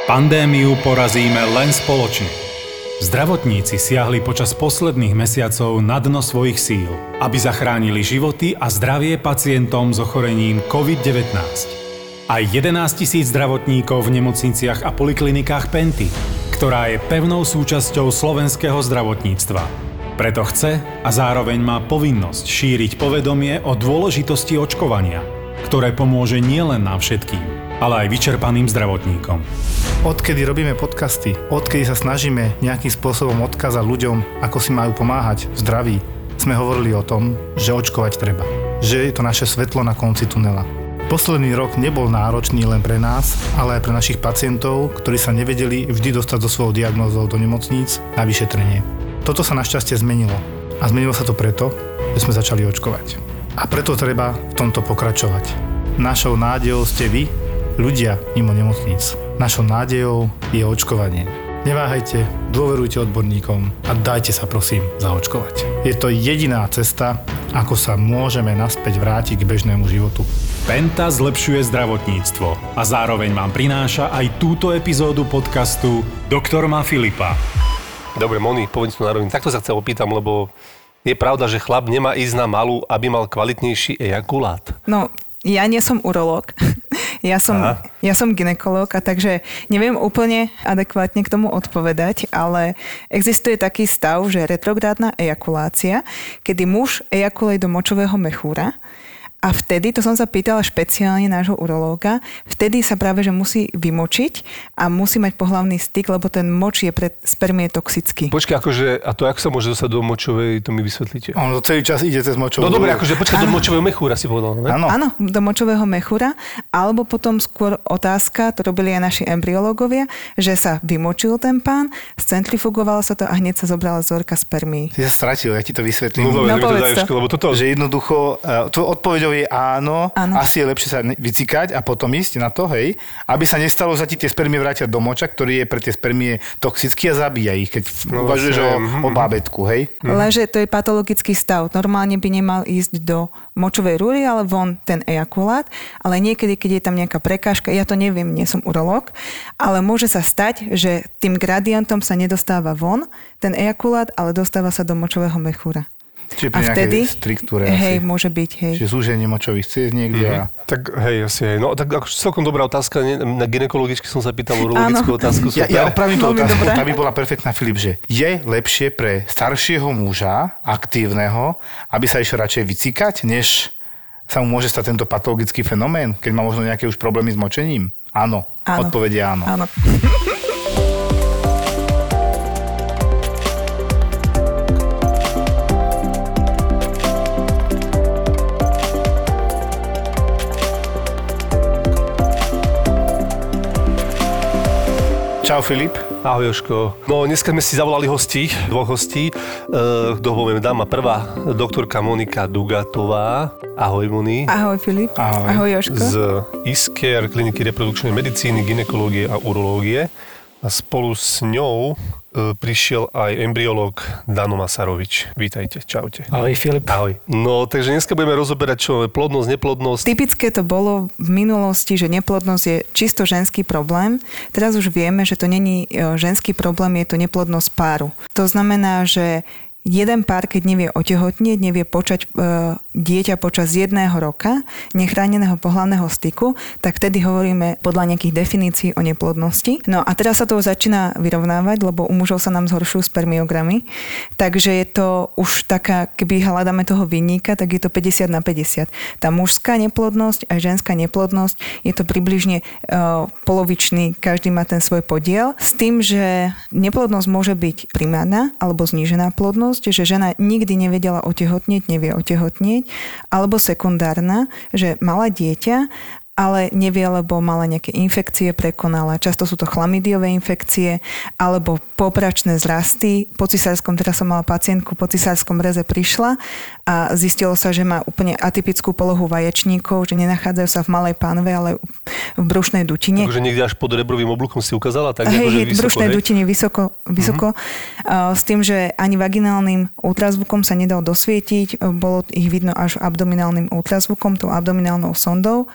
Pandémiu porazíme len spoločne. Zdravotníci siahli počas posledných mesiacov na dno svojich síl, aby zachránili životy a zdravie pacientom s ochorením COVID-19. Aj 11 000 zdravotníkov v nemocniciach a poliklinikách Penty, ktorá je pevnou súčasťou slovenského zdravotníctva. Preto chce a zároveň má povinnosť šíriť povedomie o dôležitosti očkovania, ktoré pomôže nielen nám všetkým, ale aj vyčerpaným zdravotníkom. Odkedy robíme podcasty, odkedy sa snažíme nejakým spôsobom odkázať ľuďom, ako si majú pomáhať v zdraví, sme hovorili o tom, že očkovať treba. Že je to naše svetlo na konci tunela. Posledný rok nebol náročný len pre nás, ale aj pre našich pacientov, ktorí sa nevedeli vždy dostať so svojou diagnózou do nemocníc na vyšetrenie. Toto sa našťastie zmenilo. A zmenilo sa to preto, že sme začali očkovať. A preto treba v tomto pokračovať. Našou nádejou ste vy, ľudia mimo nemocníc. Našou nádejou je očkovanie. Neváhajte, dôverujte odborníkom a dajte sa prosím zaočkovať. Je to jediná cesta, ako sa môžeme naspäť vrátiť k bežnému životu. Penta zlepšuje zdravotníctvo a zároveň vám prináša aj túto epizódu podcastu Doktor má Filipa. Dobre, Moni, povedz to na rovinu. Takto sa chcel opýtam, lebo je pravda, že chlap nemá ísť na malú, aby mal kvalitnejší ejakulát. No, ja nie som urológ. Ja som gynekológ, a takže neviem úplne adekvátne k tomu odpovedať, ale existuje taký stav, že retrográdna ejakulácia, kedy muž ejakuluje do močového mechúra. A vtedy, to som sa pýtala špeciálne nášho urológa, vtedy sa práve že musí vymočiť a musí mať pohlavný styk, lebo ten moč je pre spermie toxický. Počkaj, akože, a to ako sa môže dostať do močovej, to mi vysvetlíte? On celý čas ide cez močovú. No dobre, akože počkaj, do močového mechúra si povedal, ne? Áno, do močového mechúra, alebo potom skôr otázka, to robili aj naši embryológovia, že sa vymočil ten pán, scentrifugovalo sa to a hneď sa zobrala vzorka spermií. Ty sa stratil, ja ti to vysvetlím. No povedz to. Lebo toto... Že jednoducho, to odpoveďou je áno, asi je lepšie sa vycikať a potom ísť na to, hej, aby sa nestalo, že ti tie spermie vrátia do moča, ktorý je pre tie spermie toxický a zabíja ich, keď uvažuješ o bábätku, hej. Lenže to je patologický stav. Normálne by nemal ísť do močovej rúry, ale von ten ejakulát, ale niekedy, keď je tam nejaká prekážka, ja to neviem, nie som urológ, ale môže sa stať, že tým gradientom sa nedostáva von ten ejakulát, ale dostáva sa do močového mechúra. Čiže pri nejakej striktúre hej, asi. Môže byť, hej. Čiže zúženie močových ciest niekde. Tak hej, asi hej. No tak ako celkom dobrá otázka, na gynekologičky som sa pýtal urologickú otázku. Ja opravím tú otázku, tá by bola perfektná, Filip, že je lepšie pre staršieho muža, aktívneho, aby sa išiel radšej vycikať, než sa mu môže stať tento patologický fenomén, keď má možno nejaké už problémy s močením? Áno. Odpoveď je áno. Áno. Čau Filip. Ahoj Jožko. No dneska sme si zavolali dvoch hostí. Kto poviem, dáma prvá, doktorka Monika Dugatová. Ahoj Moni. Ahoj Filip. Ahoj Jožko. Z Isker, kliniky reprodukčnej medicíny, gynekológie a urológie. A spolu s ňou prišiel aj embryológ Dano Masarovič. Vítajte, čaute. Ahoj Filip. Ahoj. No, takže dneska budeme rozoberať čo plodnosť, neplodnosť. Typické to bolo v minulosti, že neplodnosť je čisto ženský problém. Teraz už vieme, že to není ženský problém, je to neplodnosť páru. To znamená, že jeden pár, keď nevie otehotnieť, nevie počať dieťa počas 1 roka nechráneného pohlavného styku, tak vtedy hovoríme podľa nejakých definícií o neplodnosti. No a teraz sa to začína vyrovnávať, lebo u mužov sa nám zhoršujú spermiogramy. Takže je to už taká, keby hľadáme toho vinníka, tak je to 50/50. Tá mužská neplodnosť a ženská neplodnosť je to približne polovičný, každý má ten svoj podiel. S tým, že neplodnosť môže byť primárna alebo znížená plodnosť, že žena nikdy nevedela otehotnieť, nevie otehotnieť, alebo sekundárna, že mala dieťa, ale nevie, lebo mala nejaké infekcie, prekonala. Často sú to chlamydiové infekcie, alebo popračné zrasty. Po cisárskom, teraz som mala pacientku, po cisárskom reze prišla a zistilo sa, že má úplne atypickú polohu vaječníkov, že nenachádzajú sa v malej pánve, ale v brušnej dutine. Takže niekde až pod rebrovým oblúkom si ukázala? Tak hej, v brušnej dutine vysoko. S tým, že ani vaginálnym ultrazvukom sa nedal dosvietiť, bolo ich vidno až abdominálnym ultrazvukom, tou abdominálnou sondou. Vaginálny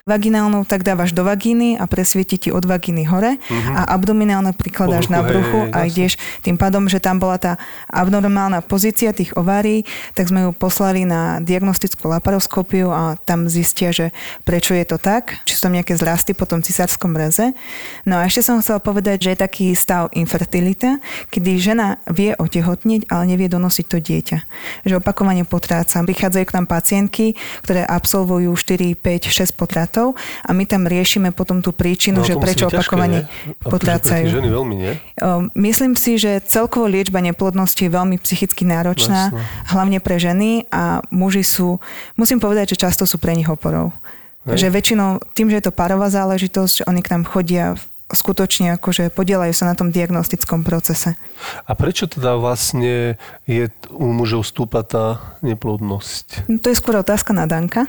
abdominálnu, tak dávaš do vagíny a presvieti ti od vagíny hore a abdominálne prikladáš na bruchu a ideš tým pádom, že tam bola tá abnormálna pozícia tých ovárií, tak sme ju poslali na diagnostickú laparoskopiu a tam zistia, že prečo je to tak, či sú tam nejaké zrasty po tom cisárskom reze. No a ešte som chcela povedať, že je taký stav infertilita, kedy žena vie otehotniť, ale nevie donosiť to dieťa. Že opakovane potráca. Prichádzajú k nám pacientky, ktoré absolvujú 4, 5, 6 potratov a my tam riešime potom tú príčinu, že prečo opakovane potrácajú. Ženy veľmi, nie? Myslím si, že celkovo liečba neplodnosti je veľmi psychicky náročná, hlavne pre ženy a muži sú, musím povedať, že často sú pre nich oporou. Že väčšinou tým, že je to párová záležitosť, že oni k nám chodia skutočne akože podielajú sa na tom diagnostickom procese. A prečo teda vlastne je u mužov stúpatá neplodnosť? To je skôr otázka na Danka.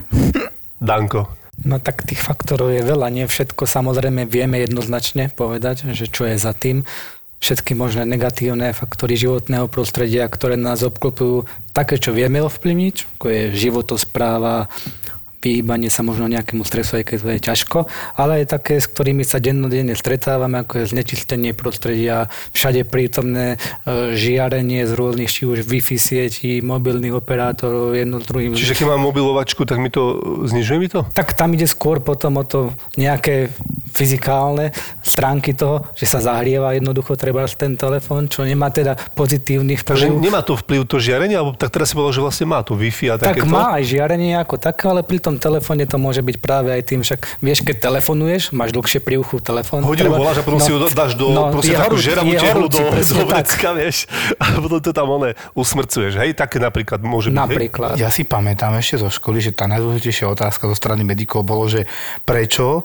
Danko. No tak tých faktorov je veľa, nie všetko samozrejme vieme jednoznačne povedať, že čo je za tým. Všetky možné negatívne faktory životného prostredia, ktoré nás obklopujú, také, čo vieme ovplyvniť, ako je životospráva, vyhýbanie sa možno nejakému stresu, aj keď to je ťažko, ale aj také, s ktorými sa dennodenne stretávame, ako je znečistenie prostredia, všade prítomné žiarenie z rôznych, či už Wi-Fi sietí, mobilných operátorov, jedno druhým. Čiže keď mám mobilovačku, tak mi to znižuje mi to? Tak tam ide skôr potom o to nejaké fyzikálne stránky toho, že sa zahrieva jednoducho treba ten telefón, čo nemá teda pozitívny vplyv. Takže nemá to vplyv to žiarenie, alebo tak teraz si povedal, že vlastne má to Wi-Fi a takéto? Tak má aj žiarenie ako také, ale pri tom telefóne to môže byť práve aj tým, však vieš, keď telefonuješ, máš dlhšie pri uchu telefón. Hodinu voláš a potom si ho dáš do proste takú žeravú tehlu do vrecka, vieš, a potom to tam usmrcuješ, hej? Také napríklad môže byť, napríklad. Ja si pamätám ešte zo školy, že tá najdôležitejšia otázka zo strany medikov bolo, že prečo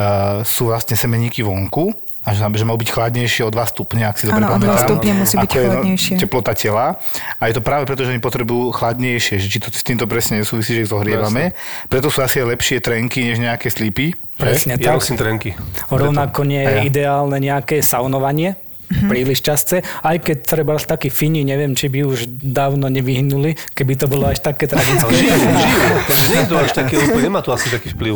sú vlastne semeníky vonku, a že majú byť chladnejšie o 2 stupne, ak si dobre pamätám. Áno, o 2 stupne musí byť chladnejšie. Teplota tela. A je to práve preto, že oni potrebujú chladnejšie. Že či to s týmto presne nesúvisí, že ich zohrievame. Preto sú asi lepšie trenky, než nejaké slipy. Presne ja tak. musím trenky. Rovnako nie je ideálne nejaké saunovanie. Príliš časté, aj keď treba takí Fíni, neviem, či by už dávno nevyhnuli, keby to bolo až také tragické. Ale žijú. Takže nie je to až také, nemá to asi taký vplyv.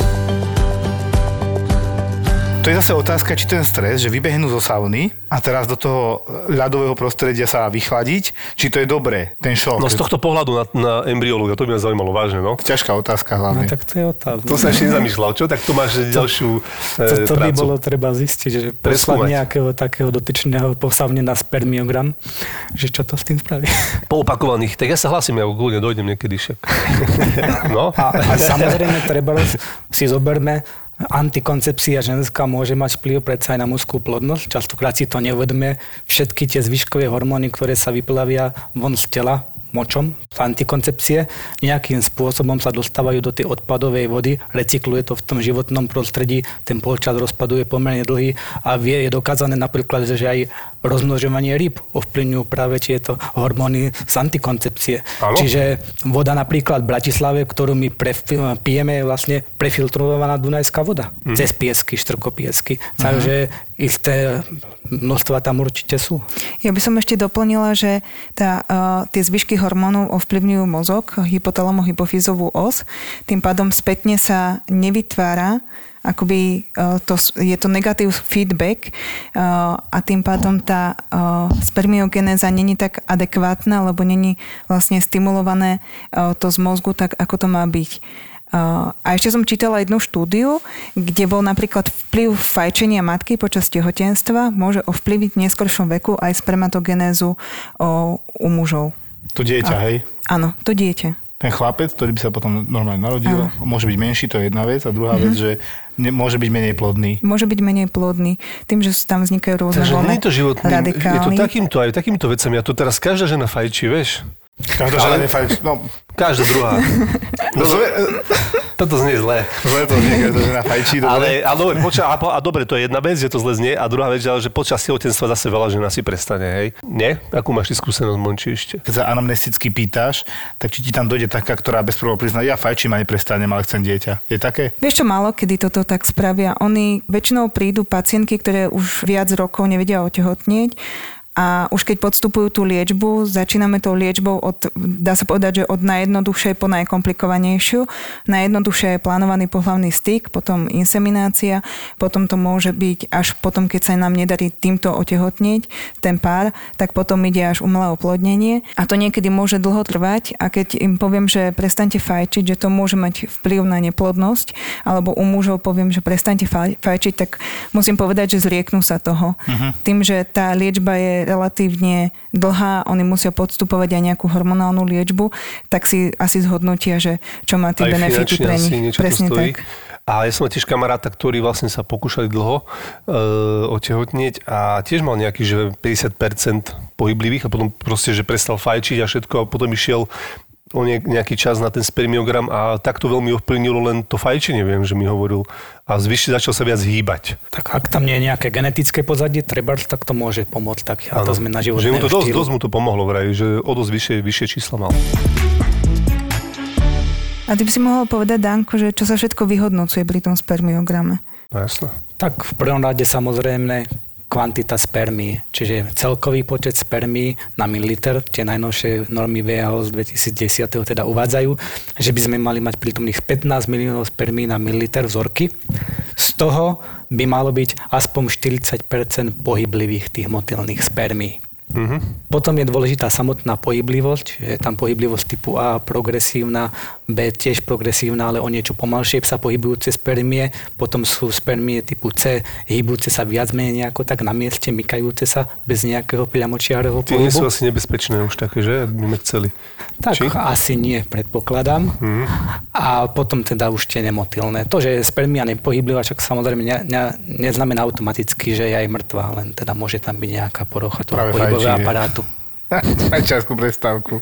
To je zase otázka, či ten stres, že vybehnú zo sauny a teraz do toho ľadového prostredia sa vychladiť, či to je dobré, ten šok. No z tohto pohľadu na embryológa, to by ma zaujímalo vážne, no. Ťažká otázka hlavne. No tak to je otázka. To sa ešte nezamýšľal, čo? Tak tu máš ďalšiu To by prácu. bolo treba zistiť, že poslať nejakého takého dotyčného posavne na spermiogram, že čo to s tým spraví. Po opakovaných, tak ja sa hlasím, ja kľudne dojdem niekedy však. No. A samozrejme treba si zoberme, antikoncepcia ženská môže mať vplyv predsa aj na mužskú plodnosť. Častokrát si to neuvedomuje. Všetky tie zvyškové hormóny, ktoré sa vyplavia von z tela močom z antikoncepcie, nejakým spôsobom sa dostávajú do tej odpadovej vody, recykluje to v tom životnom prostredí, ten polčas rozpadu je pomerne dlhý a je dokázané napríklad, že aj rozmnožovanie rýb ovplyvňujú práve tieto hormóny z antikoncepcie. Áno? Čiže voda napríklad v Bratislave, ktorú my pijeme, je vlastne prefiltrovaná dunajská voda. Cez piesky, štrkopiesky. Takže isté množstva tam určite sú. Ja by som ešte doplnila, že tie zvyšky hormónov ovplyvňujú mozog, hypotalamo-hypofýzovú os. Tým pádom spätne sa nevytvára akoby je to negatív feedback a tým pádom tá spermiogenéza není tak adekvátna, lebo není vlastne stimulované to z mozgu tak, ako to má byť. A ešte som čítala jednu štúdiu, kde bol napríklad vplyv fajčenia matky počas tehotenstva môže ovplyvniť v neskoršom veku aj spermatogenézu u mužov. To dieťa, hej? Áno, to dieťa. Ten chlapec, ktorý by sa potom normálne narodil, môže byť menší, to je jedna vec. A druhá vec, že môže byť menej plodný. Môže byť menej plodný. Tým, že tam vznikajú rôzne vlny radikály. Je to takýmito vecami. A to teraz každá žena fajčí, vieš? Každá žena nefajčí, no... Každá druhá. Toto znie zle. Zle to znie, každá žena fajčí, dobre. A dobre, to je jedna vec, že to zle znie. A druhá vec, že počas tehotenstva zase veľa žena si prestane, hej? Nie? Akú máš ty skúsenosť, Monči, ešte? Keď sa anamnesticky pýtaš, tak či ti tam dojde taká, ktorá bez problémov prizná, ja fajčím a neprestanem, ale chcem dieťa. Je také? Vieš čo, málo kedy toto tak spravia. Oni väčšinou prídu pacientky, ktoré už viac rokov nevedia otehotnieť A už keď podstupujú tú liečbu, začíname tou liečbou dá sa povedať, že od najjednoduchšej po najkomplikovanejšiu. Najjednoduchšie je plánovaný pohlavný styk, potom inseminácia, potom to môže byť až potom, keď sa nám nedarí týmto otehotnieť ten pár, tak potom ide až umelé oplodnenie. A to niekedy môže dlho trvať a keď im poviem, že prestaňte fajčiť, že to môže mať vplyv na neplodnosť, alebo u mužov poviem, že prestaňte fajčiť, tak musím povedať, že zrieknú sa toho. Tým, že tá liečba je relatívne dlhá, oni musia podstupovať aj nejakú hormonálnu liečbu, tak si asi zhodnotia, že čo má tie benefity pre nich. Presne tak. A ja som tiež kamaráta, ktorí vlastne sa pokúšali dlho otehotnieť a tiež mal nejaký, že 50% pohyblivých a potom proste, že prestal fajčiť a všetko a potom išiel o nejaký čas na ten spermiogram a takto veľmi ovplyvnilo len to fajčenie, viem, že mi hovoril. A zvyššie začal sa viac hýbať. Tak ak tam nie je nejaké genetické pozadie, tak to môže pomôcť. Tak a to zmena životného štýlu. Dosť mu to pomohlo vraj, že o dosť vyššie čísla mal. A ty by si mohol povedať, Danko, že čo sa všetko vyhodnocuje pri tom spermiograme? No jasné. Tak v prvom rade samozrejme kvantita spermí, čiže celkový počet spermí na mililiter. Tie najnovšie normy WHO z 2010 teda uvádzajú, že by sme mali mať prítomných 15 miliónov spermí na mililiter vzorky. Z toho by malo byť aspoň 40% pohyblivých tých motylných spermí. Potom je dôležitá samotná pohyblivosť, je tam pohyblivosť typu A progresívna, B tiež progresívna, ale o niečo pomalšie sa pohybujúce spermie, potom sú spermie typu C, hýbujúce sa viac menej nejako tak na mieste, mykajúce sa bez nejakého priamočiareho pohybu. Tie nie sú asi nebezpečné už také, že? By sme chceli. Tak asi nie, predpokladám. A potom teda už tie nemotylné. To, že je spermia nepohyblivá, však samozrejme neznamená automaticky, že je aj mŕtva, len teda môže tam byť nejaká porocha toho pohybového aparátu. Fajčiarsku prestávku.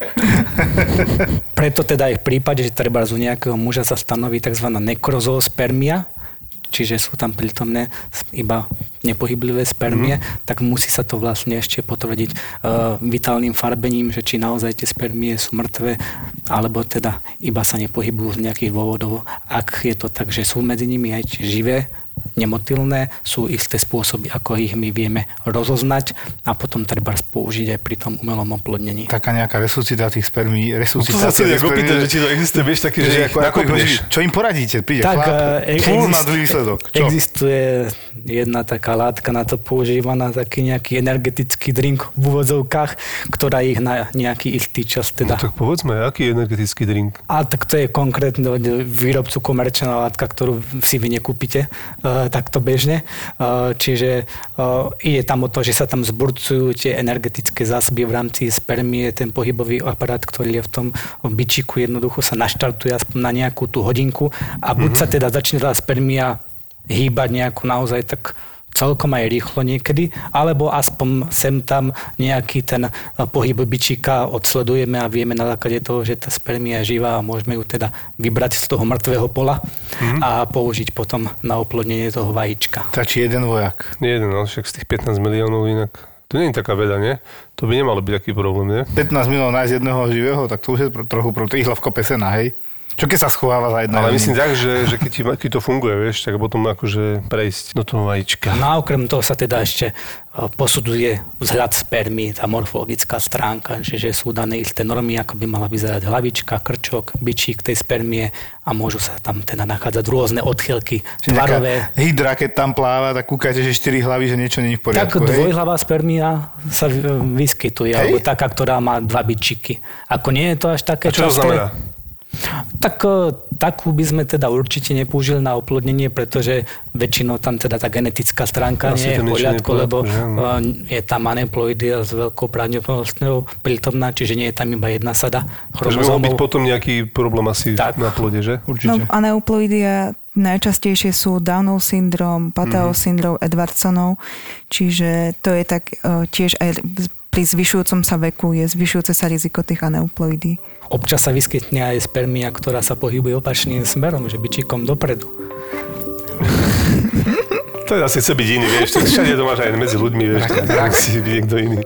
Preto teda aj v prípade, že treba u nejakého muža sa stanoví tzv. Nekrozospermia, čiže sú tam prítomné iba nepohyblivé spermie, tak musí sa to vlastne ešte potvrdiť vitálnym farbením, že či naozaj tie spermie sú mŕtve, alebo teda iba sa nepohybujú z nejakých dôvodov. Ak je to tak, že sú medzi nimi aj živé, nemotylné, sú isté spôsoby, ako ich my vieme rozoznať a potom treba použiť aj pri tom umelom oplodnení. Taká nejaká resuscitácia tých spermí, resuscitácia tých spermí. Že či to existuje, vieš, taký, že ich nakopneš. Čo im poradíte? Príde tak, chlap, má druhý výsledok. Existuje jedna taká látka na to používaná, taký nejaký energetický drink v úvodzovkách, ktorá ich na nejaký istý čas teda... No tak povedzme, aký je energetický drink? A tak to je konkrétne výrobcu komerčná látka, ktorú si vy nekúpite takto bežne. Čiže ide tam o to, že sa tam zburcujú tie energetické zásoby v rámci spermie, ten pohybový aparát, ktorý je v tom bičiku, jednoducho sa naštartuje aspoň na nejakú tú hodinku a buď sa teda začne tá spermia hýbať nejakú naozaj tak celkom aj rýchlo niekedy, alebo aspoň sem tam nejaký ten pohyb bičíka odsledujeme a vieme na základe toho, že tá spermia je živá a môžeme ju teda vybrať z toho mŕtvého pola a použiť potom na oplodnenie toho vajíčka. Stačí jeden vojak. Jeden, ale však z tých 15 miliónov inak. To nie je taká veda, nie? To by nemalo byť taký problém, nie? 15 miliónov nájsť jedného živého, tak to už je trochu proti ihla v kope sena, hej? Čo keď sa schováva za jedno? Ale myslím tak, že keď to funguje, vieš, tak potom akože prejsť do toho vajíčka. No a okrem toho sa teda ešte posudzuje vzhľad spermí, tá morfologická stránka, čiže sú dané isté normy, ako by mala vyzerať hlavička, krčok, bičík tej spermie a môžu sa tam teda nachádzať rôzne odchýlky tvarové. Hydra, keď tam pláva, tak kúkajte, že 4 hlavy, že niečo nie je v poriadku. Tak dvojhlavá spermia sa vyskytuje, alebo taká, ktorá má 2 bičíky. Ako nie je to až také časté. A čo to znamená? Tak takú by sme teda určite nepoužili na oplodnenie, pretože väčšinou tam teda tá genetická stránka nie je v poriadku, lebo je tam aneuploidia s veľkou pravdepodobnosťou prítomná, čiže nie je tam iba jedna sada chromozómov. Takže mohol byť potom nejaký problém asi na plode, že? Určite. No, aneuploidia najčastejšie sú Downov syndrom, Patau syndrom, Edwardsonov, čiže to je tak tiež aj pri zvyšujúcom sa veku je zvyšujúce sa riziko tých aneuploidí. Občas sa vyskytne aj spermia, ktorá sa pohybuje opačným smerom, že bičíkom dopredu. To je asi chce byť iný, vieš, všade to máš aj medzi ľuďmi, vieš, tak si niekto iný.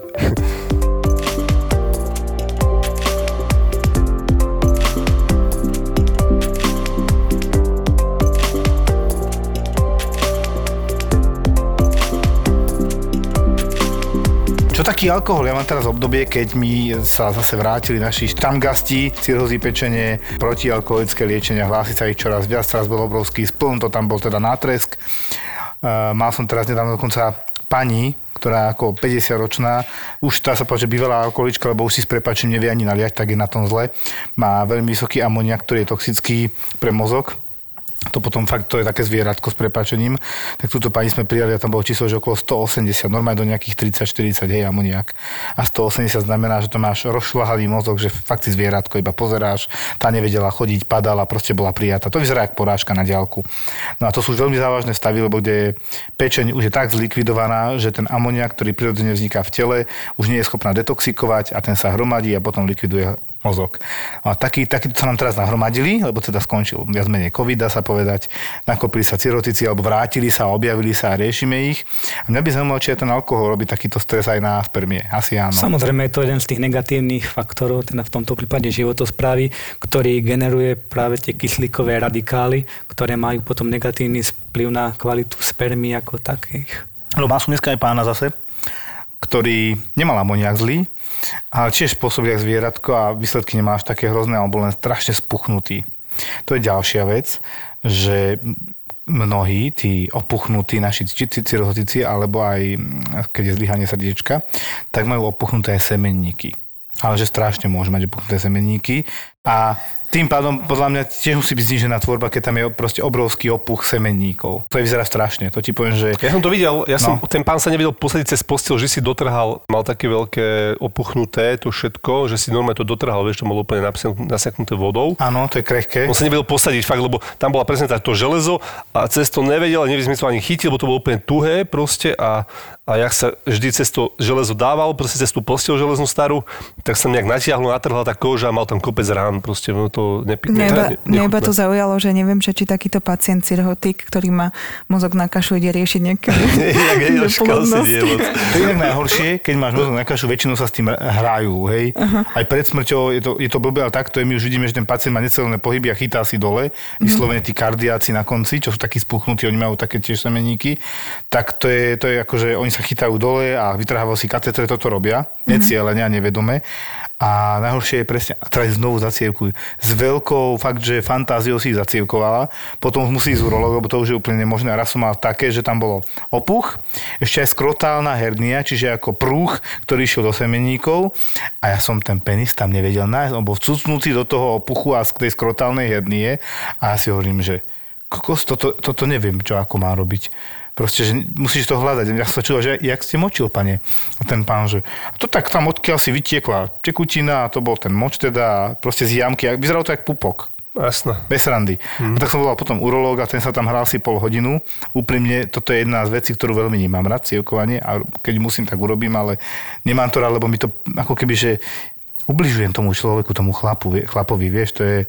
Čo taký alkohol. Ja mám teraz obdobie, keď mi sa zase vrátili naši štamgasti, cirhózy pečenie, protialkoholické liečenia, hlási sa ich čoraz viac, teraz bol obrovský spln, to tam bol teda nátresk. Mal som teraz nedávno dokonca pani, ktorá ako 50-ročná, už tá sa povedať, že bývalá alkoholička, lebo už si s prepáčením nevie ani naliať, tak je na tom zle. Má veľmi vysoký amoniak, ktorý je toxický pre mozog. To potom fakt, to je také zvieratko s prepáčením. Tak túto pani sme prijali a tam bolo číslo, že okolo 180, normálne do nejakých 30-40, hej, amoniak. A 180 znamená, že to máš rozšľahavý mozog, že fakt si zvieratko, iba pozeráš, tá nevedela chodiť, padala, proste bola prijatá. To vyzerá ako porážka na diaľku. No a to sú veľmi závažné stavy, lebo kde pečeň už je tak zlikvidovaná, že ten amoniak, ktorý prirodzene vzniká v tele, už nie je schopná detoxikovať a ten sa hromadí a potom likviduje mozog. A takýto sa nám teraz nahromadili, lebo teda skončil viac menej COVID, dá sa povedať. Nakopili sa cirotici, alebo vrátili sa, objavili sa a riešime ich. A mňa by zaujímalo, či aj ten alkohol robí takýto stres aj na spermie. Asi áno. Samozrejme, je to jeden z tých negatívnych faktorov, teda v tomto prípade životosprávy, ktorý generuje práve tie kyslíkové radikály, ktoré majú potom negatívny vplyv na kvalitu spermí ako takých. Lebo mal som dneska aj pána zase, ktorý nemal amoniak zlý, ale tiež spôsobí jak zvieratko a výsledky nemáš také hrozné a on bol len strašne spuchnutý. To je ďalšia vec, že mnohí, tí opuchnutí naši cirhotici, alebo aj keď je zlyhanie srdiečka, tak majú opuchnuté aj semenníky. Ale že strašne môžu mať opuchnuté semenníky a tým pádom podľa mňa tiež musí byť znížená tvorba, keď tam je proste obrovský opuch semenníkov. To vyzerá strašne, to ti poviem, že... Ja som to videl, ten pán sa nevedel posadiť cez posteľ, že si dotrhal, mal také veľké opuchnuté to všetko, že si normálne to dotrhal, vieš, to bolo úplne nasiaknuté vodou. Áno, to je krehké. On sa nevedel posadiť fakt, lebo tam bola presne to železo a cez to nevedel, neviem, to ani chytil, lebo to bolo úplne tuhé proste a jak sa vždy cez to železo dával, proste cez tú posteľ železnú starú, tak sa nejak natiahlo, natrhla tá koža a mal tam kopec rán, proste to Mňa iba to zaujalo, že neviem, či takýto pacient cirhotik, ktorý má mozog na kašu, ide riešiť nejaké neplodnosti. To je najhoršie, keď máš mozog na kašu, väčšinou sa s tým hrajú, hej. Uh-huh. Aj pred smrťou je to blbé, ale takto my už vidíme, že ten pacient má necelné pohyby a chytá si dole, vyslovene tí kardiáci na konci, čo sú takí spúchnutí, oni majú také tiež semeníky, tak to je akože oni sa chytajú dole a vytrhávajú si katetre, toto robia, necielene a nevedome. A najhoršie je presne, a teraz znovu zacievkujú. S veľkou fakt, že fantáziou si ich zacievkovala, potom musí ísť urológ, lebo to už je úplne nemožné. A raz som mal také, že tam bolo opuch, ešte aj skrotálna hernia, čiže ako prúh, ktorý išiel do semenníkov a ja som ten penis tam nevedel nájsť, on bol vcucnutý do toho opuchu a z tej skrotálnej hernie a ja si hovorím, že kokos, toto neviem, čo ako má robiť. Proste, že musíš to hľadať. Ja sa čuval, že jak ste močil, pane? A ten pán, že to tak tam odkiaľ si vytiekla tekutina a to bol ten moč teda, proste z jamky. Vyzeralo to jak pupok. Jasné. Bez randy. A tak som volal potom urológa, ten sa tam hral si pol hodinu. Úprimne, toto je jedna z vecí, ktorú veľmi nemám rád, cievkovanie. A keď musím, tak urobím, ale nemám to rád, lebo mi to ako keby, že ubližujem tomu človeku, tomu chlapovi, vieš, to je...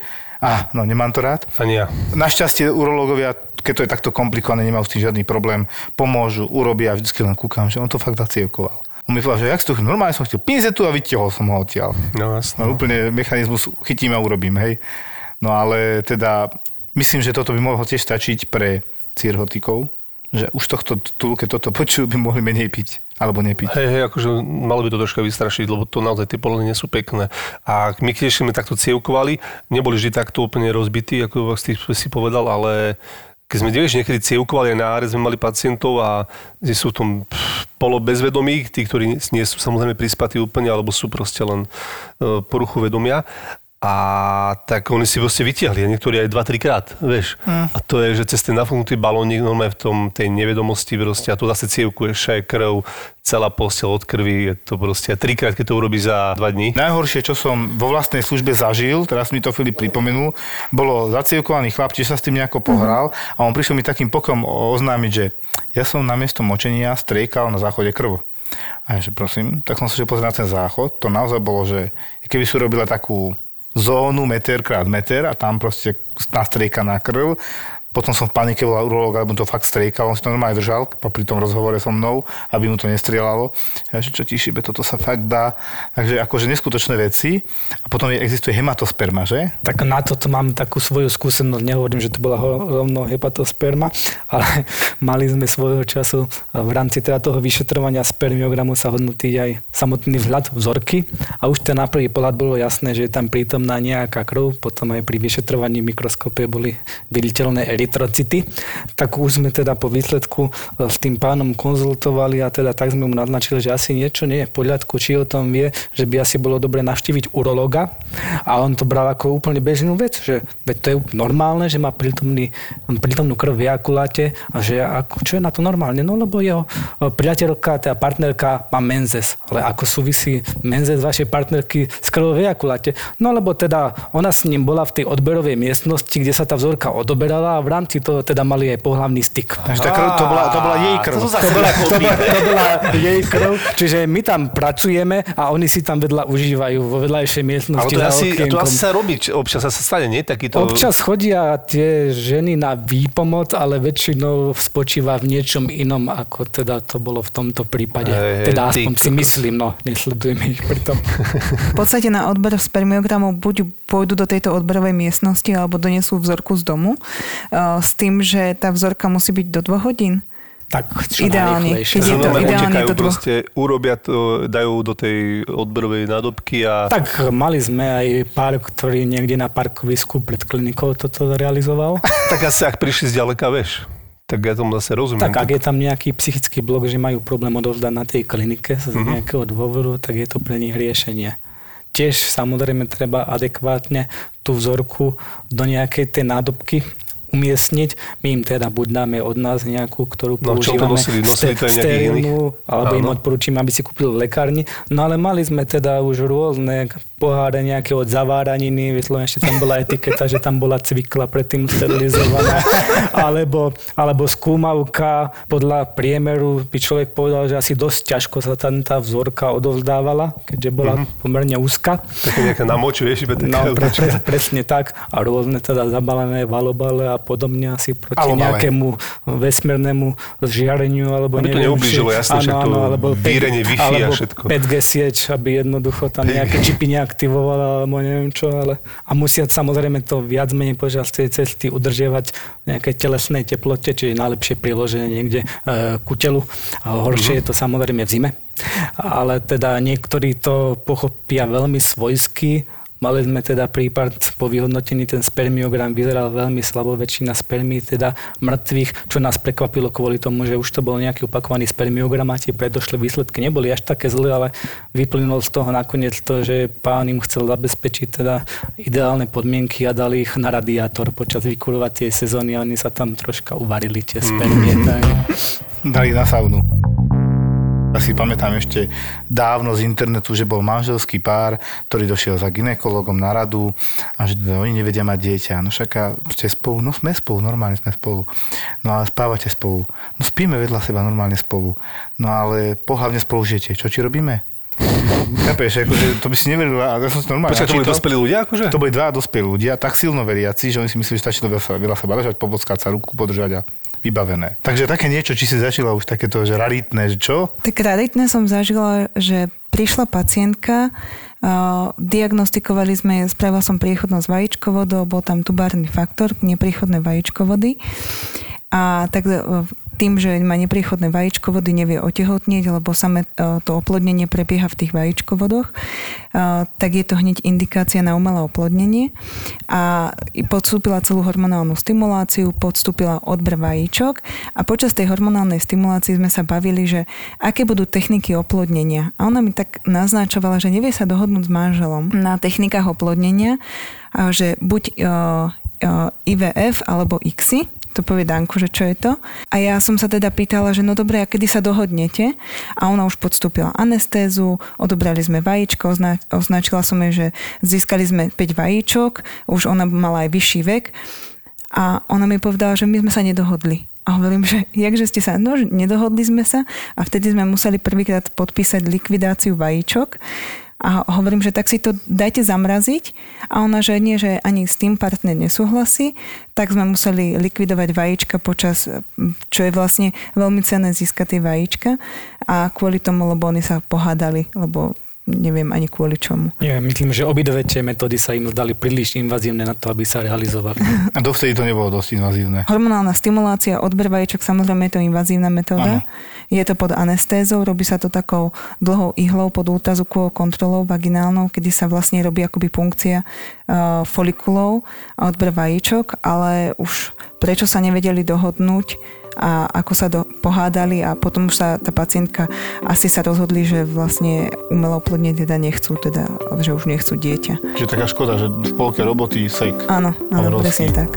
nemám to rád. Ani ja. Našťastie urológovia, keď to je takto komplikované, nemajú s tým žiadny problém, pomôžu, urobia a vždycky len kúkam, že on to fakt zacievkoval. On mi povedal, že jak to normálne som chytil pinzetu a vytiahol som ho odtiaľ. No jasne. No, úplne mechanizmus chytím a urobím, hej. No ale teda, myslím, že toto by mohlo tiež stačiť pre cirhotikov, že už keď toto počujú, by mohli menej piť. Alebo nepiť. Hej, akože malo by to troška vystrašiť, lebo to naozaj tie poleny nie sú pekné. A my keď sme takto cievkovali, neboli vždy takto úplne rozbití, ako si povedal, ale keď sme niekedy cievkovali aj na áre, sme mali pacientov a kde sú v tom polobezvedomí, tí, ktorí nie sú samozrejme prispatí úplne, alebo sú proste len poruchu vedomia. A tak oni si proste vytiahli, a niektorí aj 2-3 krát, vieš. A to je, že cez ten nafúknutý balónik normálne v tej nevedomosti proste, a to zase cievkuješ aj krv, celá posteľ od krvi, je to proste 3-krát, keď to urobíš za 2 dní. Najhoršie, čo som vo vlastnej službe zažil, teraz mi to Filip pripomenul, bolo zacievkovaný chlap, či sa s tým nejako pohral a on prišiel mi takým pokom oznámiť, že ja som namiesto močenia striekal na záchode krv. A ja, že prosím, tak som sa šiel pozrieť na ten záchod, to naozaj bolo, že keby si robila takú zónu meter krát meter a tam proste nastriekaná krv. Potom som v panike volal urológa, lebo to fakt striekal, on si to normálne držal pri tom rozhovore so mnou, aby mu to nestrieľalo. Ja, že čo ti šíbe, toto sa fakt dá. Takže akože neskutočné veci. A potom existuje hematosperma, že? Tak na toto mám takú svoju skúsenosť, nehovorím, že to bola rovno hematosperma, ale mali sme svojho času v rámci teda toho vyšetrovania spermiogramu sa hodnotiť aj samotný vzhľad vzorky a už to na prvý pohľad bolo jasné, že je tam prítomná nejaká krv, potom aj pri vyšetrovaní v mikroskope boli viditeľné erytrocity, tak už sme teda po výsledku s tým pánom konzultovali a teda tak sme mu naznačili, že asi niečo nie je v poriadku, či o tom vie, že by asi bolo dobre navštíviť urologa a on to bral ako úplne bežnú vec, že to je normálne, že má prítomnú krv v ejakuláte a že čo je na to normálne, no lebo jeho priateľka, teda partnerka má menzes, ale ako súvisí menzes vašej partnerky s krvou v ejakuláte, no lebo teda ona s ním bola v tej odberovej miestnosti, kde sa tá vzorka odoberala a v rámci toho teda mali aj pohlavný styk. Takže to bola jej krv. To bola jej krv, čiže my tam pracujeme a oni si tam vedľa užívajú vo vedľajšej miestnosti. Ale to asi sa robí, občas sa stane, nie? Takýto... Občas chodia tie ženy na výpomoc, ale väčšinou spočíva v niečom inom, ako teda to bolo v tomto prípade. Teda aspoň si myslím, no, nesledujeme ich pri tom. V podstate na odber spermiogramu buď pôjdu do tejto odberovej miestnosti alebo donesú vzorku z domu s tým, že tá vzorka musí byť do 2 hodín. Tak čo ideálne. najrýchlejšie. Utekajú proste, urobia to, dajú do tej odberovej nádobky a... Tak mali sme aj pár, ktorý niekde na parkovisku pred klinikou toto realizoval. Tak asi ak prišli zďaleka, vieš. Tak ja tomu zase rozumiem. Tak ak je tam nejaký psychický blok, že majú problém odovzdať na tej klinike z nejakého dôvodu, tak je to pre nich riešenie. Tiež samozrejme treba adekvátne tú vzorku do nejakej tej nádobky umiestniť. My im teda buď dáme od nás nejakú, ktorú používame sterilnú, alebo im odporúčime, aby si kúpili v lekárni. No ale mali sme teda už rôzne poháre nejaké od zaváraniny, vyslovene ešte tam bola etiketa, že tam bola cvikla predtým sterilizovaná, alebo skúmavka podľa priemeru by človek povedal, že asi dosť ťažko sa tam tá vzorka odovzdávala, keďže bola pomerne úzka. Také nejaká namoč, vieš, iba taká presne tak. A rôzne teda zabalené valobale a podobne asi proti nejakému vesmírnemu žiareniu, alebo aby neviem. Aby to neublížilo, jasne, že to vírenie Wi-Fi a všetko. 5G sieť, aby jednoducho tam nejaké čipy neaktivovala, alebo neviem čo, ale a musia samozrejme to viac menej počas tej cesty udržiavať v nejakej telesnej teplote, čiže najlepšie priloženie niekde ku telu. A horšie je to samozrejme v zime. Ale teda niektorí to pochopia veľmi svojsky. Mali sme teda prípad po vyhodnotení, ten spermiogram vyzeral veľmi slabo, väčšina spermí teda mŕtvych, čo nás prekvapilo kvôli tomu, že už to bol nejaký opakovaný spermiogram a tie predošlé výsledky neboli až také zlé, ale vyplynulo z toho nakoniec to, že pán im chcel zabezpečiť teda ideálne podmienky a dali ich na radiátor počas vykurovacej sezóny a oni sa tam troška uvarili tie spermie. Dali na saunu. Ja si pamätám ešte dávno z internetu, že bol manželský pár, ktorý došiel za gynekologom na radu a že oni nevedia mať dieťa. No však ste spolu? No sme spolu, normálne sme spolu. No ale spávate spolu. No spíme vedľa seba normálne spolu. No ale pohlavne spolu žijete. Čo ti robíme? Chápeš, akože to by si neverila. Ja som si normálne počkaj, to boli dospelí ľudia? Akože? To boli 2 dospelí ľudia, tak silno veriaci, že oni si mysleli, že stačí to veľa seba ležať, pobockať sa, ruku podržať a vybavené. Takže také niečo, či si zažila už takéto, že raritné, že čo? Tak raritné som zažila, že prišla pacientka, diagnostikovali sme, spravila som priechodnosť vajíčkovodov, bol tam tubárny faktor, nepríchodné vajíčkovody. A tak tým, že má nepríchodné vajíčkovody, nevie otehotnieť, lebo samé to oplodnenie prebieha v tých vajíčkovodoch, tak je to hneď indikácia na umelé oplodnenie. A podstúpila celú hormonálnu stimuláciu, podstúpila odber vajíčok a počas tej hormonálnej stimulácie sme sa bavili, že aké budú techniky oplodnenia. A ona mi tak naznačovala, že nevie sa dohodnúť s manželom na technikách oplodnenia, že buď IVF alebo ICSI, to povie Danko, že čo je to. A ja som sa teda pýtala, že no dobre, a kedy sa dohodnete? A ona už podstúpila anestézu, odobrali sme vajíčko, označila som jej, že získali sme 5 vajíčok, už ona mala aj vyšší vek. A ona mi povedala, že my sme sa nedohodli. A hovorím, že jakže ste sa, no nedohodli sme sa a vtedy sme museli prvýkrát podpísať likvidáciu vajíčok. A hovorím, že tak si to dajte zamraziť. A ona, že nie, že ani s tým partner nesúhlasí, tak sme museli likvidovať vajíčka počas, čo je vlastne veľmi cenné získať tie vajíčka. A kvôli tomu, lebo oni sa pohádali, lebo neviem ani kvôli čomu. Ja myslím, že obidve tie metódy sa im zdali príliš invazívne na to, aby sa realizovali. A dovtedy to nebolo dosť invazívne. Hormonálna stimulácia, odber vajíčok, samozrejme je to invazívna metóda. Ano. Je to pod anestézou, robí sa to takou dlhou ihlou pod ultrazvukovou kontrolou vaginálnou, kedy sa vlastne robí akoby punkcia folikulov a odber vajíčok, ale už prečo sa nevedeli dohodnúť a ako sa pohádali a potom už sa tá pacientka asi sa rozhodli, že vlastne umelé oplodnenie teda nechcú, teda, že už nechcú dieťa. Čiže taká škoda, že v polke roboty sek. Áno, presne tak.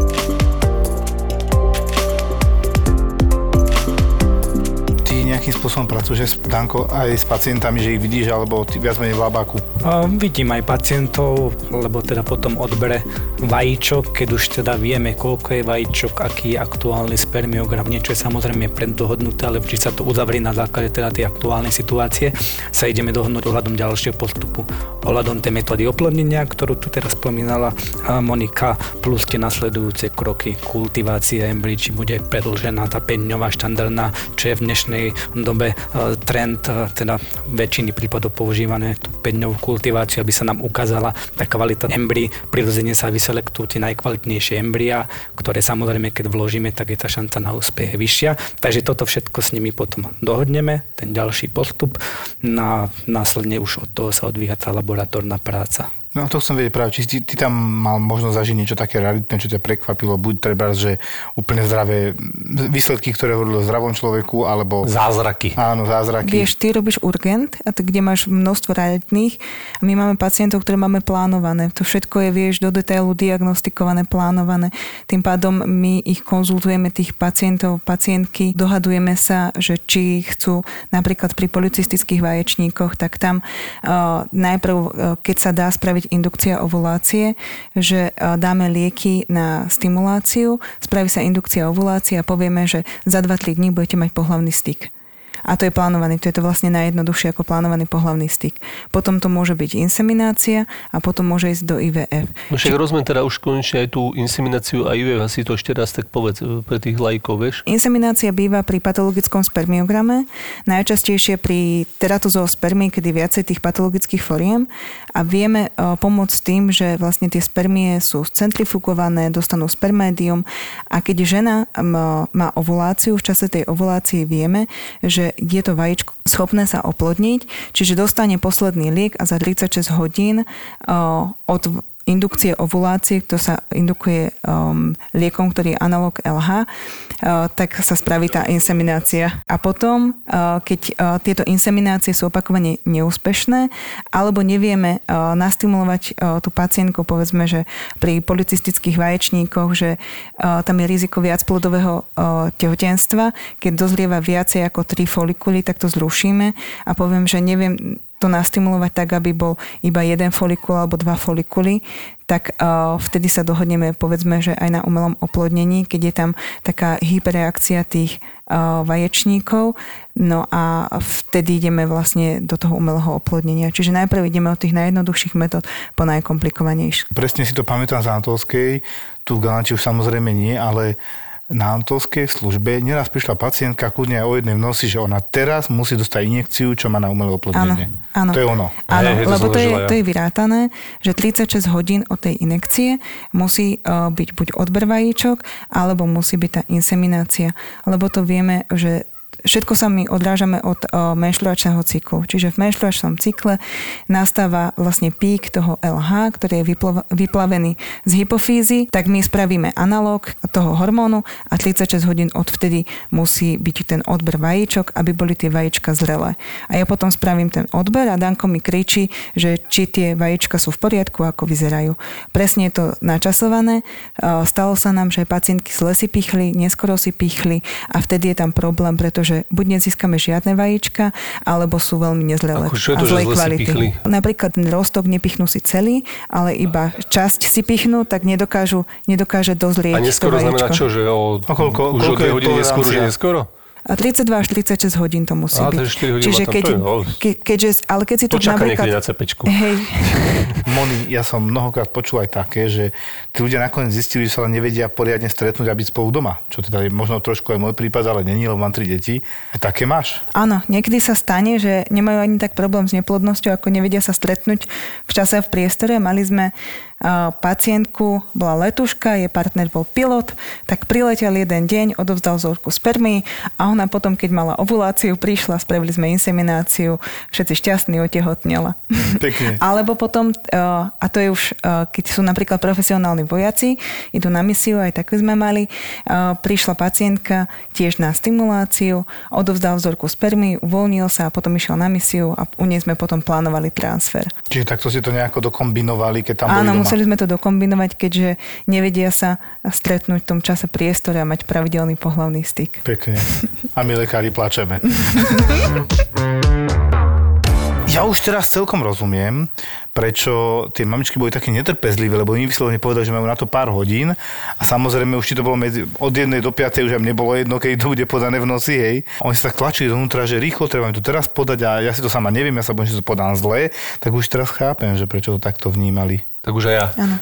Nejakým spôsobom pracuješ, Danko, aj s pacientami, že ich vidíš, alebo viac menej v labáku? Vidím aj pacientov, lebo teda potom odbere vajíčok, keď už teda vieme, koľko je vajíčok, aký je aktuálny spermiogram, niečo je samozrejme preddohodnuté, ale vždy sa to uzavrie na základe teda tej aktuálnej situácie, sa ideme dohodnúť ohľadom ďalšieho postupu. Ohľadom tej metódy oplodnenia, ktorú tu teraz spomínala Monika, plus tie nasledujúce kroky, kultivácia embryí, či bude predĺžená tá 5-dňová štandardná, čo je v dnešnej dobe trend, teda väčšiny prípadov používané tú 5-dňovú kultiváciu, aby sa nám ukázala tá kvalita embryí. Prirodzene sa vyselektujú tie najkvalitnejšie embryá, ktoré samozrejme, keď vložíme, tak je tá šanca na úspech vyššia. Takže toto všetko s nimi potom dohodneme, ten ďalší postup. Následne už od toho sa odvíja tá laboratórna práca. No to chcem vedieť práve, či ty tam mal možnosť zažiť niečo také raritné, čo ťa prekvapilo, buď treba, že úplne zdravé výsledky, ktoré hovorili o zdravom človeku, alebo... Zázraky. Áno, zázraky. Vieš, ty robíš urgent, a to, kde máš množstvo raritných a my máme pacientov, ktoré máme plánované. To všetko je, vieš, do detailu diagnostikované, plánované. Tým pádom my ich konzultujeme, tých pacientov, pacientky, dohadujeme sa, že či chcú napríklad pri policistických vaječníkoch, tak tam najprv, keď sa dá spraviť indukcia ovulácie, že dáme lieky na stimuláciu, spraví sa indukcia ovulácie a povieme, že za 2-3 dní budete mať pohlavný styk. A to je plánovaný, to je to vlastne najjednoduchšie ako plánovaný pohlavný styk. Potom to môže byť inseminácia a potom môže ísť do IVF. No však rozumiem teda už konečne aj tú insemináciu a IVF, asi to ešte raz tak povedz pre tých laikov, vieš? Inseminácia býva pri patologickom spermiograme, najčastejšie pri teratozóspermii, kedy viacej tých patologických foriem a vieme pomôcť tým, že vlastne tie spermie sú centrifugované, dostanú spermédium a keď žena má ovuláciu, v čase tej ovulácie vieme, že je to vajíčko schopné sa oplodniť, čiže dostane posledný liek a za 36 hodín od indukcie ovulácie, to sa indukuje liekom, ktorý je analog LH, tak sa spraví tá inseminácia. A potom, keď tieto inseminácie sú opakovane neúspešné, alebo nevieme nastimulovať tú pacientku, povedzme, že pri policistických vaječníkoch, že tam je riziko viacplodového tehotenstva, keď dozrieva viacej ako 3 folikuly, tak to zrušíme a poviem, že neviem to nastimulovať tak, aby bol iba 1 folikul alebo 2 folikuly, tak vtedy sa dohodneme, povedzme, že aj na umelom oplodnení, keď je tam taká hyperreakcia tých vaječníkov, no a vtedy ideme vlastne do toho umelého oplodnenia. Čiže najprv ideme od tých najjednoduchších metód po najkomplikovanejších. Presne si to pamätám z Antolskej, tu v Galanči už samozrejme nie, ale na Antolskej službe neraz prišla pacientka kľudne aj o jednej v noci, že ona teraz musí dostať injekciu, čo má na umelé oplodnenie. Áno. To je ono. Áno, lebo to je vyrátané, že 36 hodín od tej injekcie musí byť buď odber vajíčok, alebo musí byť tá inseminácia. Lebo to vieme, že všetko sa my odrážame od menštruačného cyklu. Čiže v menštruačnom cykle nastáva vlastne pík toho LH, ktorý je vyplavený z hypofýzy, tak my spravíme analóg toho hormónu a 36 hodín odvtedy musí byť ten odber vajíčok, aby boli tie vajíčka zrelé. A ja potom spravím ten odber a Danko mi kričí, že či tie vajíčka sú v poriadku, ako vyzerajú. Presne je to načasované. Stalo sa nám, že pacientky zle si pichli, neskoro si pichli a vtedy je tam problém, pretože buď nezískame žiadne vajíčka, alebo sú veľmi nezrelé a zlej kvality. Napríklad ten rostok nepichnú si celý, ale iba časť si pichnú, tak nedokáže dozrieť. A neskoro znamená čo, že už o 2 hodiny neskoro, že neskoro? 32 až 36 hodín to musí byť. 4 hodín Čiže ale keď si to počaká napríklad... niekedy na cepečku. Hej. Moni, ja som mnohokrát počul aj také, že tí ľudia nakoniec zistili, že sa len nevedia poriadne stretnúť a byť spolu doma. Čo teda je možno trošku aj môj prípad, ale není, lebo mám 3 deti. A také máš? Áno, niekedy sa stane, že nemajú ani tak problém s neplodnosťou, ako nevedia sa stretnúť v čase a v priestore. Mali sme pacientku, bola letuška, jej partner bol pilot, tak priletel jeden deň, odovzdal vzorku spermy a ona potom, keď mala ovuláciu, prišla, spravili sme insemináciu, všetci šťastní, otehotnela. Pekne. Alebo potom, a to je už, keď sú napríklad profesionálni vojaci, idú na misiu, aj takú sme mali, prišla pacientka tiež na stimuláciu, odovzdal vzorku spermy, uvoľnil sa a potom išiel na misiu a u nej sme potom plánovali transfer. Čiže takto si to nejako dokombinovali, keď tam boli doma? Museli sme to dokombinovať, keďže nevedia sa stretnúť v tom čase priestore a mať pravidelný pohlavný styk. Pekne. A my lekári plačeme. Ja už teraz celkom rozumiem, prečo tie mamičky boli také netrpezlivé, lebo oni vyslovene povedali, že majú na to pár hodín a samozrejme už ti to bolo od 1 do 5, už aj mne bolo jedno, keď to bude podané v noci, hej. Oni sa tak tlačili dovnútra, že rýchlo treba mi to teraz podať a ja si to sama neviem, ja sa bojím, že to podám zle, tak už teraz chápem, že prečo to takto vnímali. Tak už aj ja. Áno.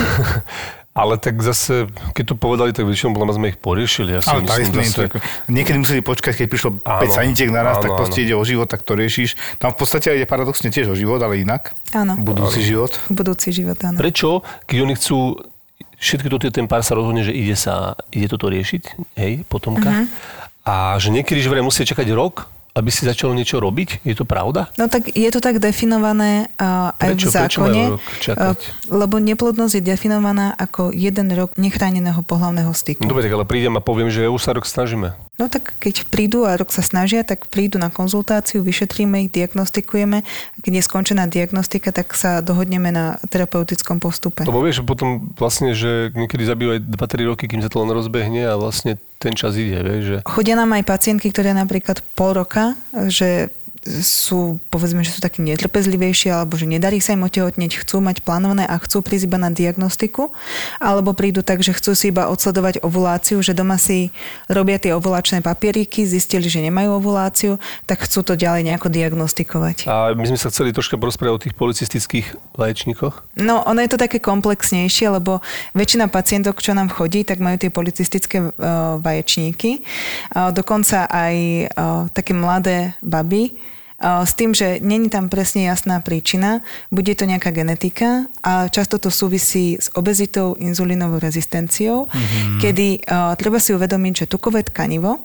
Ale tak zase, keď to povedali, tak väčšinou sme ich poriešili. Ja si myslím, niekedy museli počkať, keď prišlo 5 sanitiek naraz, tak proste ide o život, tak to riešiš. Tam v podstate ide paradoxne tiež o život, ale inak. Áno. Budúci život. Budúci život, áno. Prečo, keď oni chcú, všetky toto ten pár sa rozhodne, že ide toto riešiť, hej, potomka, a že niekedy, že musia čakať rok, aby si začalo niečo robiť? Je to pravda? No tak je to tak definované aj v zákone, lebo neplodnosť je definovaná ako 1 rok nechráneného pohlavného styku. Dobre, tak ale prídem a poviem, že už sa rok snažíme. No tak keď prídu a rok sa snažia, tak prídu na konzultáciu, vyšetríme ich, diagnostikujeme. Keď je skončená diagnostika, tak sa dohodneme na terapeutickom postupe. Lebo vieš, že potom vlastne, že niekedy zabijú aj 2-3 roky, kým sa to len rozbehne a vlastne ten čas ide, vieš, že... Chodia nám aj pacientky, ktoré napríklad pol roka, že sú, povedzme, že sú takí netrpezlivejší, alebo že nedarí sa im otehotneť, chcú mať plánované a chcú prísť iba na diagnostiku, alebo prídu tak, že chcú si iba odsledovať ovuláciu, že doma si robia tie ovulačné papieriky, zistili, že nemajú ovuláciu, tak chcú to ďalej nejako diagnostikovať. A my sme sa chceli troška porozprávať o tých policistických vaječníkoch. No, ono je to také komplexnejšie, lebo väčšina pacientok, čo nám chodí, tak majú tie policistické vaječníky. Dokonca aj také mladé baby, s tým, že není tam presne jasná príčina, bude to nejaká genetika a často to súvisí s obezitou, inzulínovou rezistenciou, kedy treba si uvedomiť, že tukové tkanivo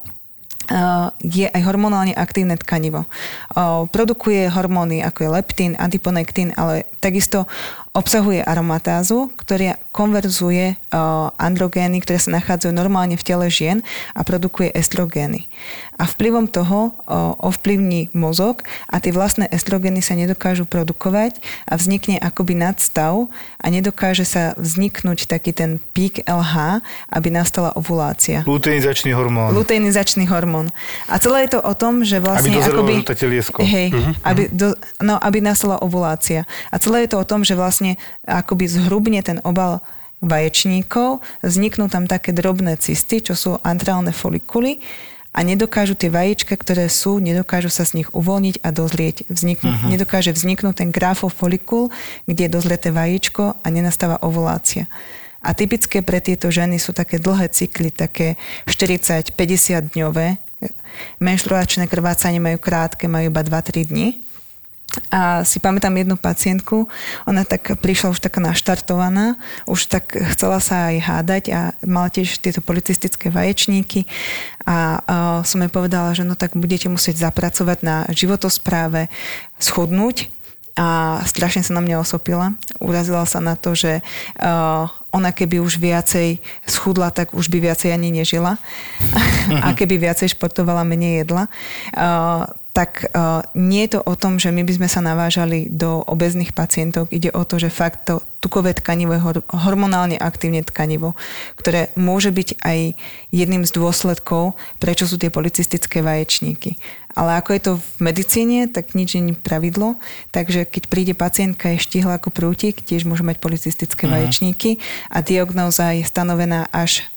je aj hormonálne aktívne tkanivo. Produkuje hormóny ako je leptín, adiponektín, ale takisto obsahuje aromatázu, ktorá konverzuje androgény, ktoré sa nachádzajú normálne v tele žien a produkuje estrogény. A vplyvom toho ovplyvní mozog a tie vlastné estrogény sa nedokážu produkovať a vznikne akoby nadstav a nedokáže sa vzniknúť taký ten pík LH, aby nastala ovulácia. Luteinizačný hormón. Luteinizačný hormón. A celé je to o tom, že vlastne akoby... aby nastala ovulácia. A celé je to o tom, že vlastne akoby zhrubne ten obal vaječníkov, vzniknú tam také drobné cysty, čo sú antrálne folikuly a nedokážu tie vajíčka, ktoré sú, nedokážu sa z nich uvoľniť a dozrieť. Nedokáže vzniknúť ten grafov folikul, kde je dozrieté vajíčko a nenastáva ovulácia. A typické pre tieto ženy sú také dlhé cykly, také 40-50 dňové. Menštruačné krvácanie majú krátke, majú iba 2-3 dni. A si pamätám jednu pacientku, ona tak prišla už taká naštartovaná, už tak chcela sa aj hádať a mala tiež tieto policistické vaječníky a som jej povedala, že no tak budete musieť zapracovať na životospráve, schudnúť a strašne sa na mňa osopila. Urazila sa na to, že ona keby už viacej schudla, tak už by viacej ani nežila a keby viacej športovala, menej jedla. Tak nie je to o tom, že my by sme sa navážali do obéznych pacientov. Ide o to, že fakt to tukové tkanivo je hormonálne aktívne tkanivo, ktoré môže byť aj jedným z dôsledkov, prečo sú tie policistické vaječníky. Ale ako je to v medicíne, tak nič nie je pravidlo. Takže keď príde pacientka, je štihla ako prútik, tiež môže mať policistické vaječníky a diagnóza je stanovená až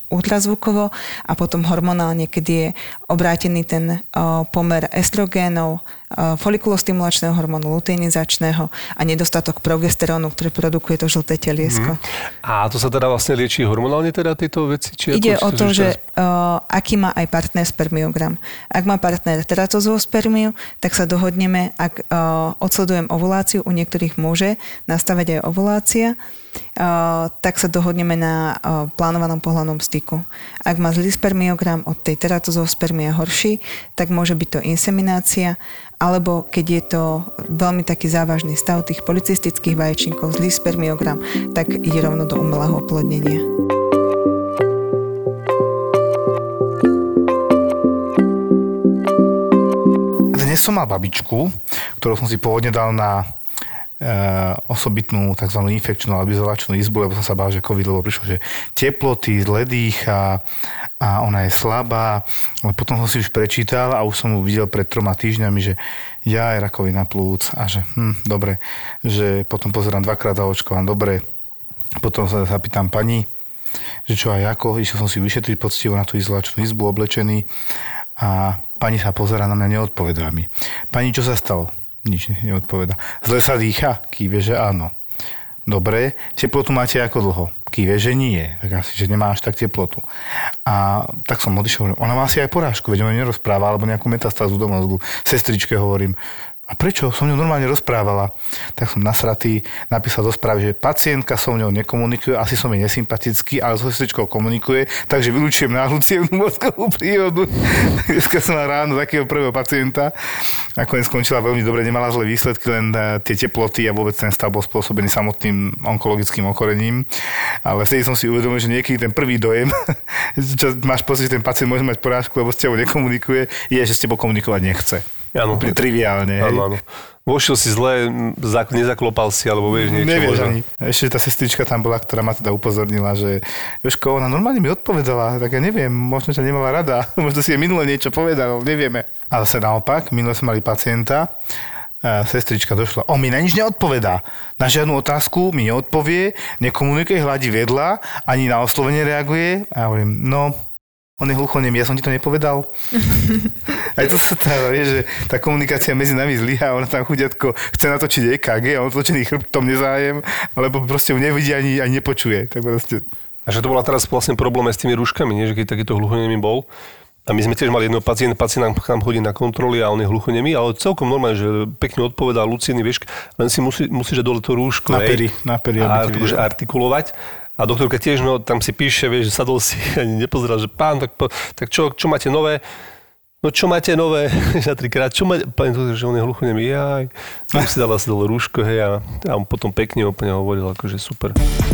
ultrazvukovo a potom hormonálne, keď je obrátený ten pomer estrogénov, folikulostimulačného hormónu, luteinizačného a nedostatok progesterónu, ktorý produkuje to žlté teliesko. A to sa teda vlastne lieči hormonálne teda tieto veci? Či ide o to, že aký má aj partner spermiogram. Ak má partner teratozóspermiu, tak sa dohodneme, ak odsledujem ovuláciu, u niektorých môže nastavať aj ovulácia, tak sa dohodneme na plánovanom pohlavnom styku. Ak má zlý spermiogram, od tej teratozóspermie horší, tak môže byť to inseminácia, alebo keď je to veľmi taký závažný stav tých polycystických vaječníkov, zlý spermiogram, tak ide rovno do umelého oplodnenia. Dnes som mal babičku, ktorú som si pôvodne dal na osobitnú tzv. Infekčnú alebo izolačnú izbu, lebo som sa bál, že COVID, lebo prišlo, že teploty, zle dýcha a ona je slabá. Ale potom som si už prečítal a už som ju videl pred 3 týždňami, že ja je rakovina plúc a že dobre, že potom pozerám 2-krát zaočkovám, dobre. Potom sa pýtam pani, že čo aj ako, išiel som si vyšetriť poctivo na tú izolačnú izbu oblečený a pani sa pozerá na mňa, neodpovedá mi. Pani, čo sa stalo? Nič neodpoveda. Zle sa dýcha? Kýve, že áno. Dobre, teplotu máte ako dlho? Kýve, že nie. Tak asi, že nemá až tak teplotu. A tak som odišiel, ona má asi aj porážku, veď ona nerozpráva, alebo nejakú metastázu do mozgu. Sestričke hovorím, a prečo? Som ňou normálne rozprávala. Tak som nasratý, napísal do správy, že pacientka so mňou nekomunikuje, asi som jej nesympatický, ale so sestričkou komunikuje, takže vylúčujem náhlucievnú mozgovú príhodu. Dneska som mal ráno takého prvého pacienta. Nakoniec skončila veľmi dobre, nemala zlé výsledky, len tie teploty a vôbec ten stav bol spôsobený samotným onkologickým ochorením. Ale vtedy som si uvedomil, že niekedy ten prvý dojem, čo máš pocit, že ten pacient môže mať porážku, lebo s tebou nekomunikuje, je, že s tebou komunikovať nechce. Áno. Triviálne. Áno. Vošiel si zle, nezaklopal si, alebo vieš niečo. Nevieš ani. Ešte tá sestrička tam bola, ktorá ma teda upozornila, že Jožko, ona normálne mi odpovedala, tak ja neviem, možno ťa nemala rada, možno si je minule niečo povedala, nevieme. Ale sa naopak, minule sme mali pacienta, sestrička došla, on mi na nič neodpovedá. Na žiadnu otázku mi neodpovie, nekomunikuje, hladí vedľa, ani na oslovenie reaguje. A ja hovorím, no, on je hluchonemý, ja som ti to nepovedal. Aj to sa stáva, vieš, že tá komunikácia medzi nami zlyhá, ona tam chudiatko chce natočiť EKG a on točený chrbtom nezájem, alebo proste ju nevidí ani nepočuje. Tak proste. A že to bola teraz vlastne problém s tými rúškami, nie? Že keď takýto hluchonemý bol. A my sme tiež mali jedného pacient nám chodí na kontroly a on je hluchonemý, ale celkom normálne, že pekne odpovedal, lucidný, vieš, len si musíš dať dole to rúško, na pery, a artikulovať. A doktorka tiež, no, tam si píše, vieš, že sadol si ani nepozeral, že pán, tak čo máte nové? No čo máte nové? Na 3-krát, čo máte? Pán doktor, že on je hluchonemý, jaj. Tam si dala si dole rúško, hej, a on potom pekne úplne hovoril, akože super.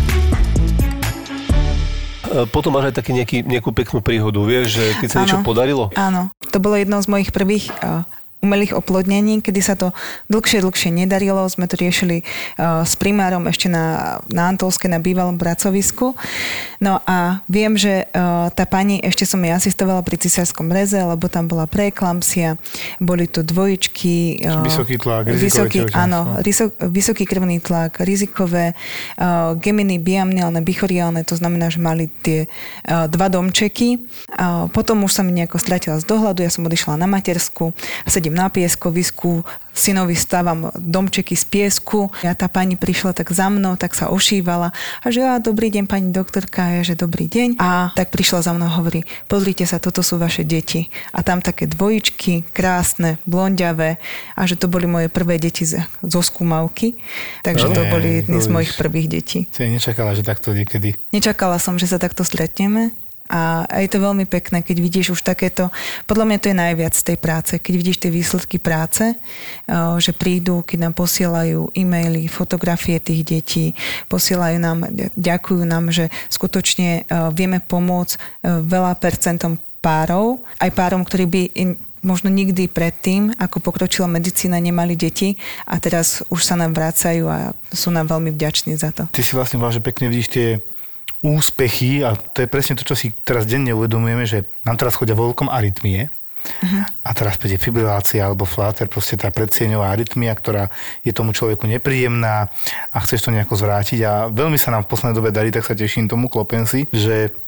Potom máš aj nejakú peknú príhodu, vieš, že keď sa niečo podarilo? Áno, to bolo jedno z mojich prvých umelých oplodnení, kedy sa to dlhšie nedarilo. Sme to riešili s primárom ešte na Antolskej, na bývalom pracovisku. No a viem, že tá pani, ešte som jej asistovala pri cisárskom reze, lebo tam bola preeklampsia, boli tu dvojičky. Vysoký tlak, rizikové áno, vysoký krvný tlak, rizikové, geminy, biamniálne, bichoriálne, to znamená, že mali tie 2 domčeky. Potom už sa mi nejako stratila z dohľadu, ja som odišla na matersku, sedím na pieskovisku, synovi stávam domčeky z piesku. A tá pani prišla tak za mnou, tak sa ošívala. A že dobrý deň, pani doktorka, ja že dobrý deň. A tak prišla za mnou a hovorí, pozrite sa, toto sú vaše deti. A tam také dvojičky, krásne, blondiavé. A že to boli moje prvé deti zo skúmavky. Takže to boli jedny z mojich prvých detí. Si nečakala, že takto niekedy? Nečakala som, že sa takto stretneme. A je to veľmi pekné, keď vidíš už takéto, podľa mňa to je najviac z tej práce, keď vidíš tie výsledky práce, že prídu, keď nám posielajú e-maily, fotografie tých detí, posielajú nám, ďakujú nám, že skutočne vieme pomôcť veľa percentom párov, aj párom, ktorí by možno nikdy predtým, ako pokročila medicína, nemali deti a teraz už sa nám vracajú a sú nám veľmi vďační za to. Ty si vlastne že pekne vidíš tie úspechy a to je presne to, čo si teraz denne uvedomujeme, že nám teraz chodia voľkom arytmie a teraz príde fibrilácia alebo fláter, proste tá predsieňová arytmia, ktorá je tomu človeku nepríjemná a chceš to nejako zvrátiť a veľmi sa nám v poslednej dobe darí, tak sa teším tomu, klopem si, že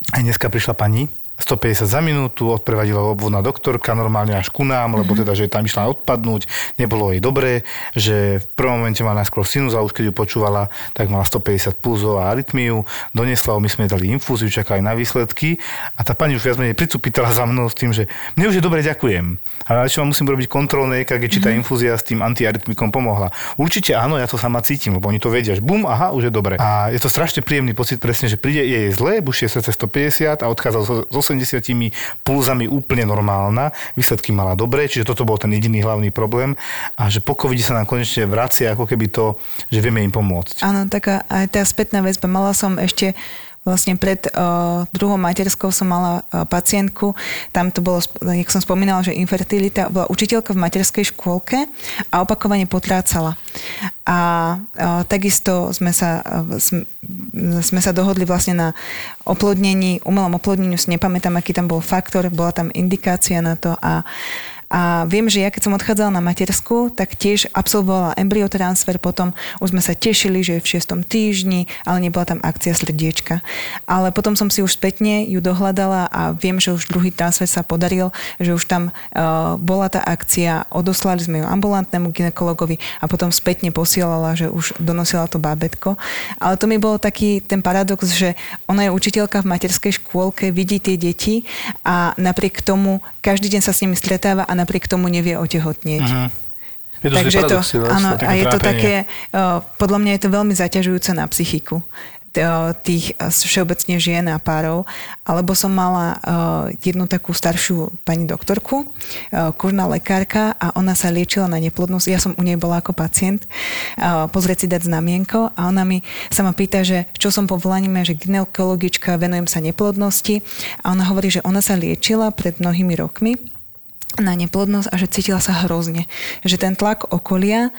Aj dneska prišla pani, 150 za minútu, odprevadila obvodná doktorka, normálne až ku nám, lebo teda, že tam išla odpadnúť, nebolo jej dobré, že v prvom momente mala najskôr sinus a už keď ju počúvala, tak mala 150 pulzov a arytmiu, doniesla, my sme jej dali infúziu, čakali na výsledky a tá pani už viac menej pricupitala za mnou s tým, že mne už je dobre, ďakujem. Ale ešte musím robiť kontrolné EKG, či tá infúzia s tým antiarytmikom pomohla. Určite áno, ja to sama cítim, lebo oni to vedia, že bum, aha, už je dobre. A je to strašne príjemný pocit presne, že príde jej zle, bušie srdce 150 a odchádzal s 80 pulzami úplne normálna, výsledky mala dobré, čiže toto bol ten jediný hlavný problém a že po covide sa nám konečne vracia ako keby to, že vieme im pomôcť. Áno, taká aj tá spätná väzba. Mala som ešte vlastne pred druhou materskou som mala pacientku, tam to bolo, jak som spomínala, že infertilita, bola učiteľka v materskej škôlke a opakovane potrácala. A takisto sme sa dohodli vlastne na oplodnení, umelom oplodneniu, si nepamätám, aký tam bol faktor, bola tam indikácia na to a viem, že ja keď som odchádzala na matersku, tak tiež absolvovala embryotransfer, potom už sme sa tešili, že je v 6. týždni, ale nebola tam akcia srdiečka. Ale potom som si už spätne ju dohľadala a viem, že už druhý transfer sa podaril, že už tam bola tá akcia, odoslali sme ju ambulantnému gynekologovi a potom spätne posielala, že už donosila to bábätko. Ale to mi bol taký ten paradox, že ona je učiteľka v materskej škôlke, vidí tie deti a napriek tomu každý deň sa s nimi stretáva a napriek tomu nevie otehotnieť. Uh-huh. Je to takže áno, a je to také, podľa mňa je to veľmi zaťažujúce na psychiku tých všeobecne žien a párov. Alebo som mala jednu takú staršiu pani doktorku, kožná lekárka a ona sa liečila na neplodnosť. Ja som u nej bola ako pacient pozrieť si dať znamienko a ona sa ma pýta, že čo som povolaním, že gynekologička, venujem sa neplodnosti a ona hovorí, že ona sa liečila pred mnohými rokmi na neplodnosť a že cítila sa hrozne. Že ten tlak okolia,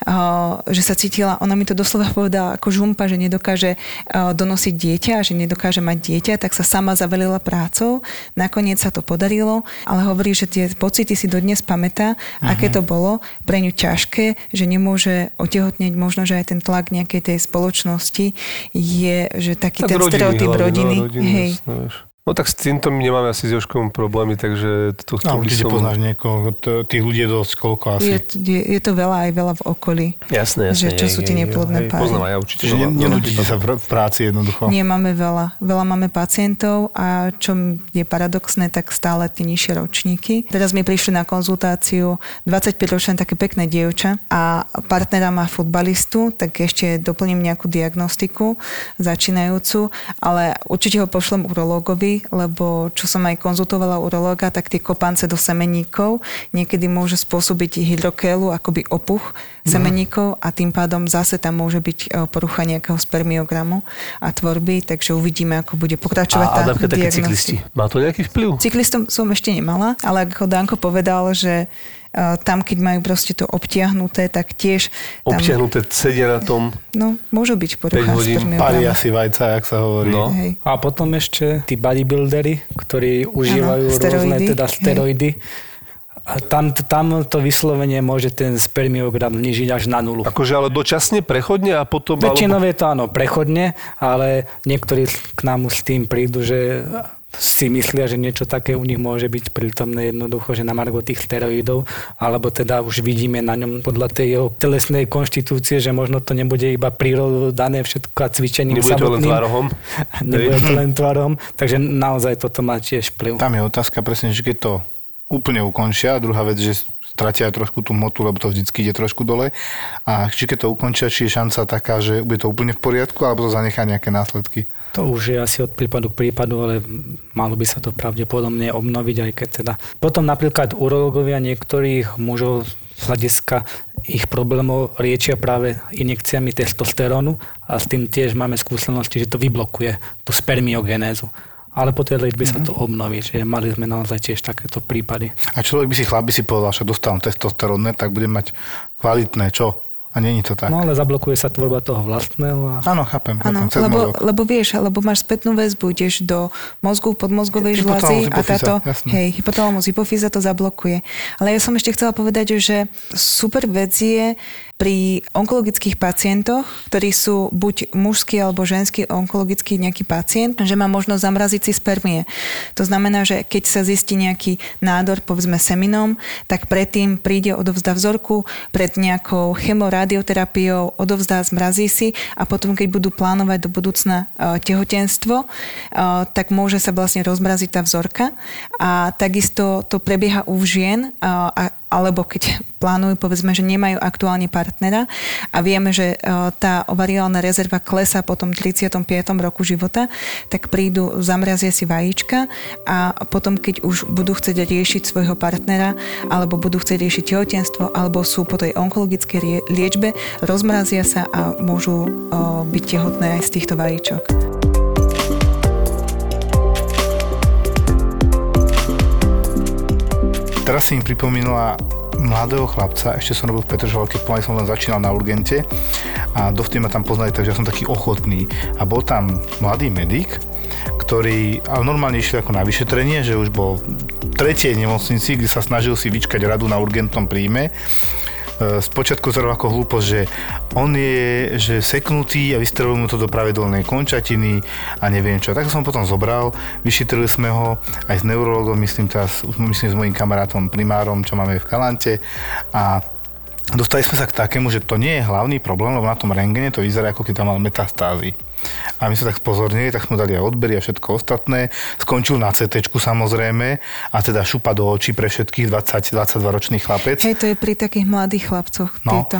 že sa cítila, ona mi to doslova povedala ako žumpa, že nedokáže donosiť dieťa, že nedokáže mať dieťa, tak sa sama zavelila prácou. Nakoniec sa to podarilo, ale hovorí, že tie pocity si dodnes pamätá, aké to bolo pre ňu ťažké, že nemôže otehotneť, možno, že aj ten tlak nejakej tej spoločnosti je, že taký tak ten stereotyp rodiny. Hej. No tak s týmto my nemáme asi s Jožkom problémy, takže... určite poznáš niekoho, tých ľudí je dosť, koľko asi. Je to veľa, aj veľa v okolí. Jasné. Že čo sú tie neplodné páry. Poznám aj ja určite. Že nenudíte sa v práci jednoducho. Nie, máme veľa. Veľa máme pacientov a čo je paradoxné, tak stále tie nižšie ročníky. Teraz mi prišli na konzultáciu 25-ročné také pekné dievča a partnera má futbalistu, tak ešte doplním nejakú diagnostiku začínajúcu, ale určite ho pošlem urológovi, lebo čo som aj konzultovala urológa, tak tie kopance do semeníkov niekedy môže spôsobiť hydrokélu, akoby opuch semeníkov a tým pádom zase tam môže byť porucha nejakého spermiogramu a tvorby, takže uvidíme, ako bude pokračovať tá diagnostika. Také cyklisti. Má to nejaký vplyv? Cyklistom som ešte nemala, ale ako Danko povedal, že tam, keď majú proste to obtiahnuté, tak tiež... Obtiahnuté sedia na tom. No, môžu byť porucha spermiogramu. Paria si vajca, jak sa hovorí. No. A potom ešte tí bodybuildery, ktorí užívajú rôzne teda steroidy. A tam to vyslovene môže ten spermiogram znižiť až na nulu. Akože ale dočasne, prechodne a potom... Väčšinou je to áno, prechodne, ale niektorí k nám s tým prídu, že si myslia, že niečo také u nich môže byť prítomné jednoducho, že na margo tých steroidov, alebo teda už vidíme na ňom podľa tej jeho telesnej konštitúcie, že možno to nebude iba prírododané všetko a cvičením samotným. Nebude to len tvárohom. Nebude to len tvárohom, takže naozaj toto má tiež vplyv. Tam je otázka presne, že keď to úplne ukončia, druhá vec, že stratia trošku tú motu, lebo to vždycky ide trošku dole. A či keď to ukončia, či je šanca taká, že bude to úplne v poriadku, alebo to zanechá nejaké následky? To už je asi od prípadu k prípadu, ale malo by sa to pravdepodobne obnoviť, aj keď teda. Potom napríklad urológovia niektorých mužov z hľadiska ich problémov liečia práve injekciami testosterónu a s tým tiež máme skúsenosti, že to vyblokuje tú spermiogenézu. Ale po tej liečbe sa to obnoví, že mali sme naozaj tiež takéto prípady. A človek chlap by si povedal, že dostávam testosterónne, tak budem mať kvalitné, čo? A nie je to tak. No ale zablokuje sa tvorba toho vlastného. Áno, chápem. Lebo vieš, lebo máš spätnú väzbu, ideš do mozgu, podmozgovej žľazy a táto hypotalamus, hypofýza to zablokuje. Ale ja som ešte chcela povedať, že super vec je pri onkologických pacientoch, ktorí sú buď mužský alebo ženský onkologický nejaký pacient, že má možnosť zamraziť si spermie. To znamená, že keď sa zistí nejaký nádor, povedzme seminom, tak predtým príde, odovzdá vzorku, pred nejakou chemoradioterapiou odovzdá, zmrazí si a potom, keď budú plánovať do budúcna tehotenstvo, tak môže sa vlastne rozmraziť tá vzorka. A takisto to prebieha u žien, alebo keď plánujú, povedzme, že nemajú aktuálne partnera a vieme, že tá ovariálna rezerva klesá po tom 35. roku života, tak prídu, zamrazia si vajíčka a potom, keď už budú chcieť riešiť svojho partnera alebo budú chcieť riešiť tehotenstvo alebo sú po tej onkologickej liečbe, rozmrazia sa a môžu byť tehotné aj z týchto vajíčok. Teraz si mi pripomínala mladého chlapca, ešte som robil v Petržalke, pomaly som len začínal na urgente a dovtedy ma tam poznali, takže ja som taký ochotný. A bol tam mladý medic, ktorý ale normálne išiel ako na vyšetrenie, že už bol v tretej nemocnici, kde sa snažil si vyčkať radu na urgentnom príjme. Spočiatku zrovna ako hlúposť, že on je že seknutý a vystrelil mu to do pravej dolnej končatiny a neviem čo. Tak som potom zobral, vyšetrili sme ho aj s neurologom, myslím s mojím kamarátom primárom, čo máme v Kalante a dostali sme sa k takému, že to nie je hlavný problém, lebo na tom rentgene to vyzerá, ako keď tam mal metastázy. A my sa tak spozornili, tak sme dali aj odbery a všetko ostatné. Skončil na CT-čku samozrejme a teda šupa do očí pre všetkých 20-22 ročný chlapec. Hej, to je pri takých mladých chlapcoch. No, týto.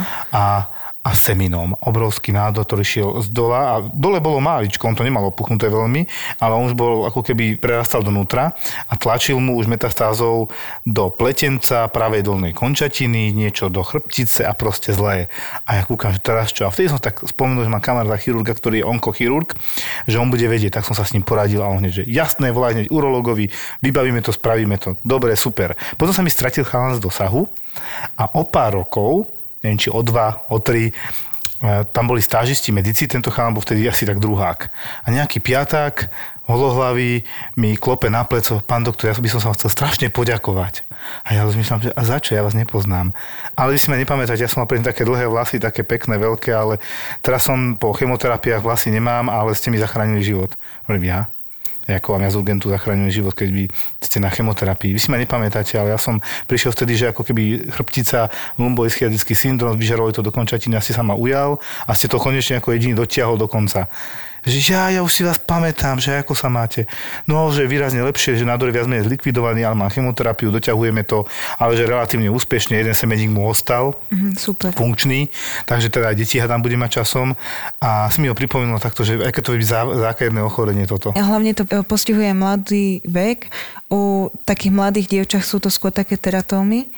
A seminom. Obrovský nádor, ktorý šiel z dola a dole bolo máličko, on to nemal opuchnuté veľmi, ale on už bol ako keby prerastal donútra a tlačil mu už metastázou do pletenca, pravej dolnej končatiny, niečo do chrbtice a proste zlé. A ja kúkam, že teraz čo? A vtedy som tak spomenul, že mám kamaráta chirurga, ktorý je onkochirurg, že on bude vedieť, tak som sa s ním poradil a on hneď, že jasné, volaj hneď urologovi, vybavíme to, spravíme to. Dobre, super. Potom sa mi stratil chalan z dosahu a o pár rokov, neviem, či o 2, o 3, tam boli stážisti medici, tento chalan bol vtedy asi tak druhák. A nejaký piaták, holohlavý, mi klope na pleco, pán doktor, ja by som sa vám chcel strašne poďakovať. A ja rozmýšľam, že a za čo, ja vás nepoznám. Ale vy si ma nepamätáte, ja som mal predtým také dlhé vlasy, také pekné, veľké, ale teraz som po chemoterapiách vlasy nemám, ale ste mi zachránili život. Hovorím, ja? Ako vám ja z urgentu zachraňujem život, keď vy ste na chemoterapii. Vy si ma nepamätáte, ale ja som prišiel vtedy, že ako keby chrbtica, lumboischiadický syndrom, vyžarovali to do končatiny, asi sa ma ujal a ste to konečne ako jediný dotiahol do konca. Že ja už si vás pamätám, že ako sa máte. No, že výrazne lepšie, že nádor je viac menej zlikvidovaný, ale mám chemoterapiu, doťahujeme to, ale že relatívne úspešne, jeden semeník mu ostal, super. Funkčný, takže teda aj deti tam bude mať časom a si mi ho pripomenulo takto, že aké to je zákerné ochorenie toto. A hlavne to postihuje mladý vek. U takých mladých dievčach sú to skôr také teratómy.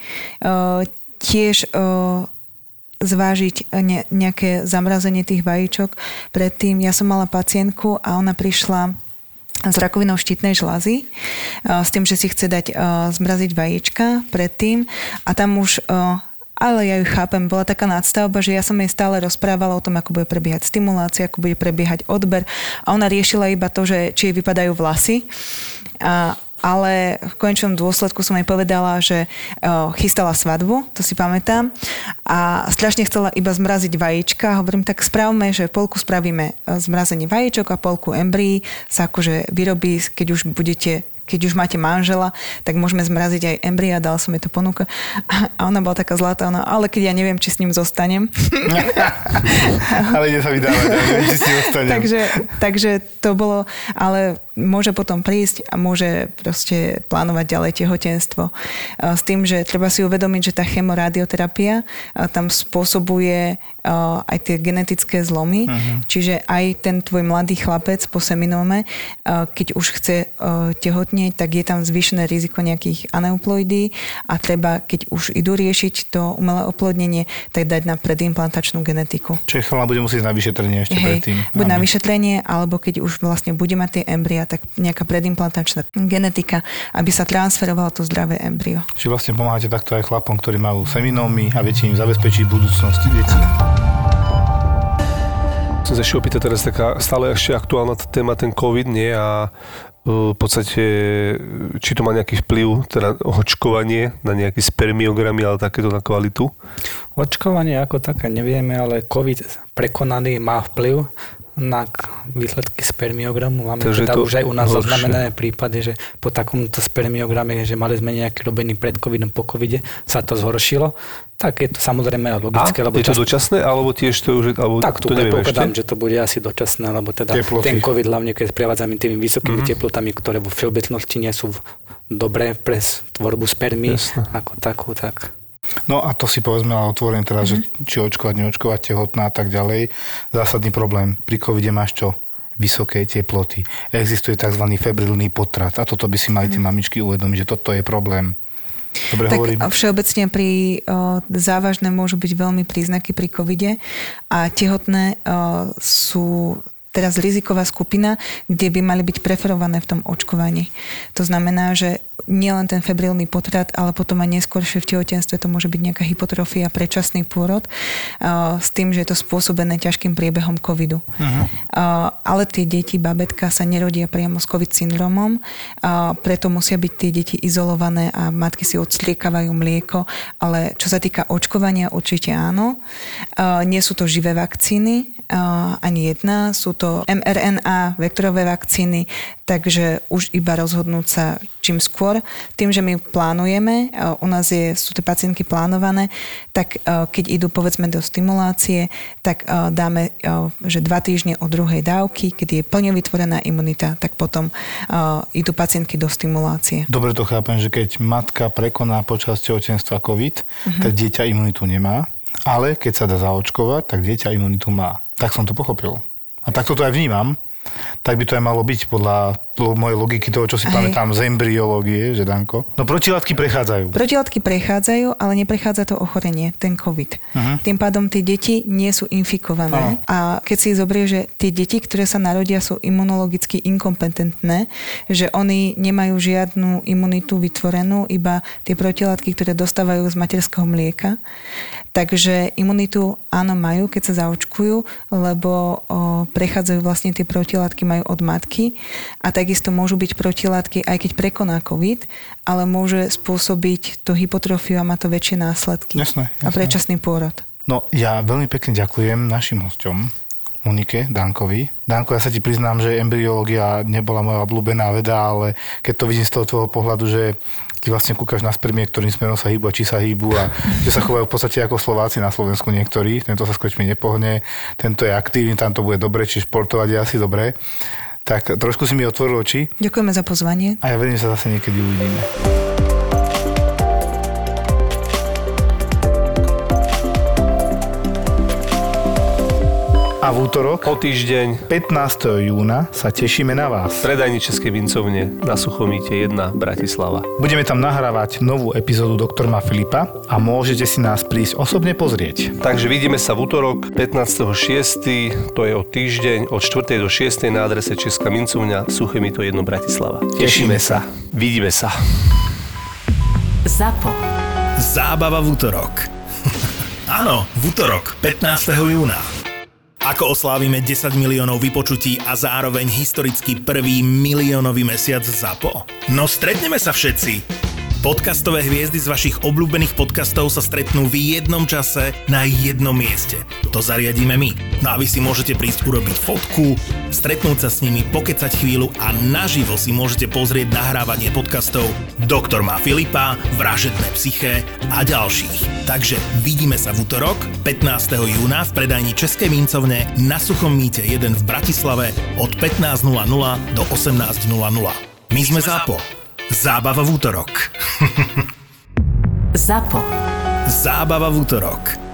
Tiež zvážiť nejaké zamrazenie tých vajíčok. Predtým ja som mala pacientku a ona prišla s rakovinou štítnej žľazy s tým, že si chce dať zmraziť vajíčka predtým a tam už ale ja ju chápem, bola taká nadstavba, že ja som jej stále rozprávala o tom, ako bude prebiehať stimulácia, ako bude prebiehať odber a ona riešila iba to, že či jej vypadajú vlasy. Ale v konečnom dôsledku som jej povedala, že chystala svadbu, to si pamätám, a strašne chcela iba zmraziť vajíčka. Hovorím, tak spravme, že polku spravíme zmrazenie vajíčok a polku embryí sa akože vyrobí, keď už máte manžela, tak môžeme zmraziť aj embrya, dal som jej to ponuka. A ona bola taká zlatá, ale keď ja neviem, či s ním zostanem. Ale ide sa vydávať, neviem, či s ním zostanem. takže to bolo, ale môže potom prísť a môže proste plánovať ďalej tehotenstvo. S tým, že treba si uvedomiť, že tá chemorádioterapia tam spôsobuje aj tie genetické zlomy, čiže aj ten tvoj mladý chlapec po seminóme, keď už chce tehotnieť, tak je tam zvýšené riziko nejakých aneuploidí a treba, keď už idú riešiť to umelé oplodnenie, tak dať na predimplantačnú genetiku. Čiže chalán bude musieť na vyšetrenie ešte predtým. Buď na vyšetrenie, alebo keď už vlastne bude mať tie embryá, tak nejaká predimplantačná genetika, aby sa transferovalo to zdravé embryo. Čiže vlastne pomáhate takto aj chlapom, ktorí majú seminómy a viete im zabezpečiť budúcnosť detí. Chcem sa ešte opýtať, teraz taká stále ešte aktuálna téma, ten COVID, nie? A v podstate, či to má nejaký vplyv, teda očkovanie na nejaké spermiogramy, ale takéto na kvalitu? Očkovanie ako také nevieme, ale COVID prekonaný má vplyv na výsledky spermiogramu. Máme teda už aj u nás zaznamenané prípady, že po takomto spermiograme, že mali sme nejaký robený pred covidom, po covide, sa to zhoršilo. Tak je to samozrejme logické. Je to dočasné, alebo tiež to už... Alebo tak tu predpokladám, že to bude asi dočasné, lebo teda ten covid, hlavne keď sprevádzame tými vysokými teplotami, ktoré vo všeobecnosti nie sú dobré pre tvorbu spermí, ako takú, tak... No a to si povedzme ale otvorene teraz, že či očkovať, neočkovať, tehotná a tak ďalej. Zásadný problém. Pri covide máš čo? Vysoké teploty. Existuje tzv. Febrilný potrat. A toto by si mali tie mamičky uvedomiť, že toto je problém. Dobre tak hovorím? Všeobecne pri závažné môžu byť veľmi príznaky pri covide a tehotné sú teraz riziková skupina, kde by mali byť preferované v tom očkovaní. To znamená, že nielen ten febrilný potrat, ale potom aj neskôršie v tehotenstve to môže byť nejaká hypotrofia, predčasný pôrod s tým, že je to spôsobené ťažkým priebehom covidu. Ale tie deti, babetka sa nerodia priamo s covid syndromom, preto musia byť tie deti izolované a matky si odstriekavajú mlieko, ale čo sa týka očkovania, určite áno. Nie sú to živé vakcíny, ani jedna, sú to mRNA, vektorové vakcíny, takže už iba rozhodnúť sa čím skôr. Tým, že my plánujeme, u nás sú tie pacientky plánované, tak keď idú povedzme do stimulácie, tak dáme, že 2 týždne od druhej dávky, keď je plne vytvorená imunita, tak potom idú pacientky do stimulácie. Dobre to chápem, že keď matka prekoná počas tehotenstva COVID, tak dieťa imunitu nemá, ale keď sa dá zaočkovať, tak dieťa imunitu má. Tak som to pochopil. A takto to aj vnímam. Tak by to aj malo byť podľa mojej logiky toho, čo si pamätám z embryológie, že Danko? No protilátky prechádzajú. Protilátky prechádzajú, ale neprechádza to ochorenie, ten COVID. Tým pádom tie deti nie sú infikované. A keď si zoberie, že tie deti, ktoré sa narodia, sú imunologicky inkompetentné, že oni nemajú žiadnu imunitu vytvorenú, iba tie protilátky, ktoré dostávajú z materského mlieka. Takže imunitu áno majú, keď sa zaočkujú, lebo prechádzajú vlastne tie protilátky majú od matky a takisto môžu byť protilátky, aj keď prekoná COVID, ale môže spôsobiť to hypotrofiu a má to väčšie následky. Jasné. A predčasný pôrod. No ja veľmi pekne ďakujem našim hosťom, Monike, Dankovi. Danko, ja sa ti priznám, že embryológia nebola moja obľúbená veda, ale keď to vidím z toho tvojho pohľadu, že ty vlastne kúkaš na spermie, ktorým smerom sa hýbu a či sa hýbu a že sa chovajú v podstate ako Slováci na Slovensku niektorí. Tento sa s krčmi nepohne, tento je aktívny, tam to bude dobre, či športovať je asi dobre. Tak trošku si mi otvoril oči. Ďakujeme za pozvanie. A ja verím, že sa zase niekedy uvidíme. A v útorok, o týždeň, 15. júna, sa tešíme na vás. Predajni Českej Vincovne na Suchomíte 1, Bratislava. Budeme tam nahrávať novú epizódu Doktor má Filipa a môžete si nás prísť osobne pozrieť. Takže vidíme sa v útorok 15.6., to je o týždeň, od 4. do 6. na adrese Česká Vincovňa, Suchomíto 1, Bratislava. Tešíme sa. Vidíme sa. ZAPO. Zábava v útorok. Áno, v útorok, 15. júna. Ako oslávime 10 miliónov vypočutí a zároveň historicky prvý miliónový mesiac ZAPO? No stretneme sa všetci! Podcastové hviezdy z vašich obľúbených podcastov sa stretnú v jednom čase na jednom mieste. To zariadíme my. No a vy si môžete prísť urobiť fotku, stretnúť sa s nimi, pokecať chvíľu a naživo si môžete pozrieť nahrávanie podcastov Doktor má Filipa, Vražedné psyché a ďalších. Takže vidíme sa v útorok 15. júna v predajni Českej Vincovne na Suchom Míte 1 v Bratislave od 15.00 do 18.00. My sme ZAPO. Zábava v útorok. ZAPO. Zábava v útorok.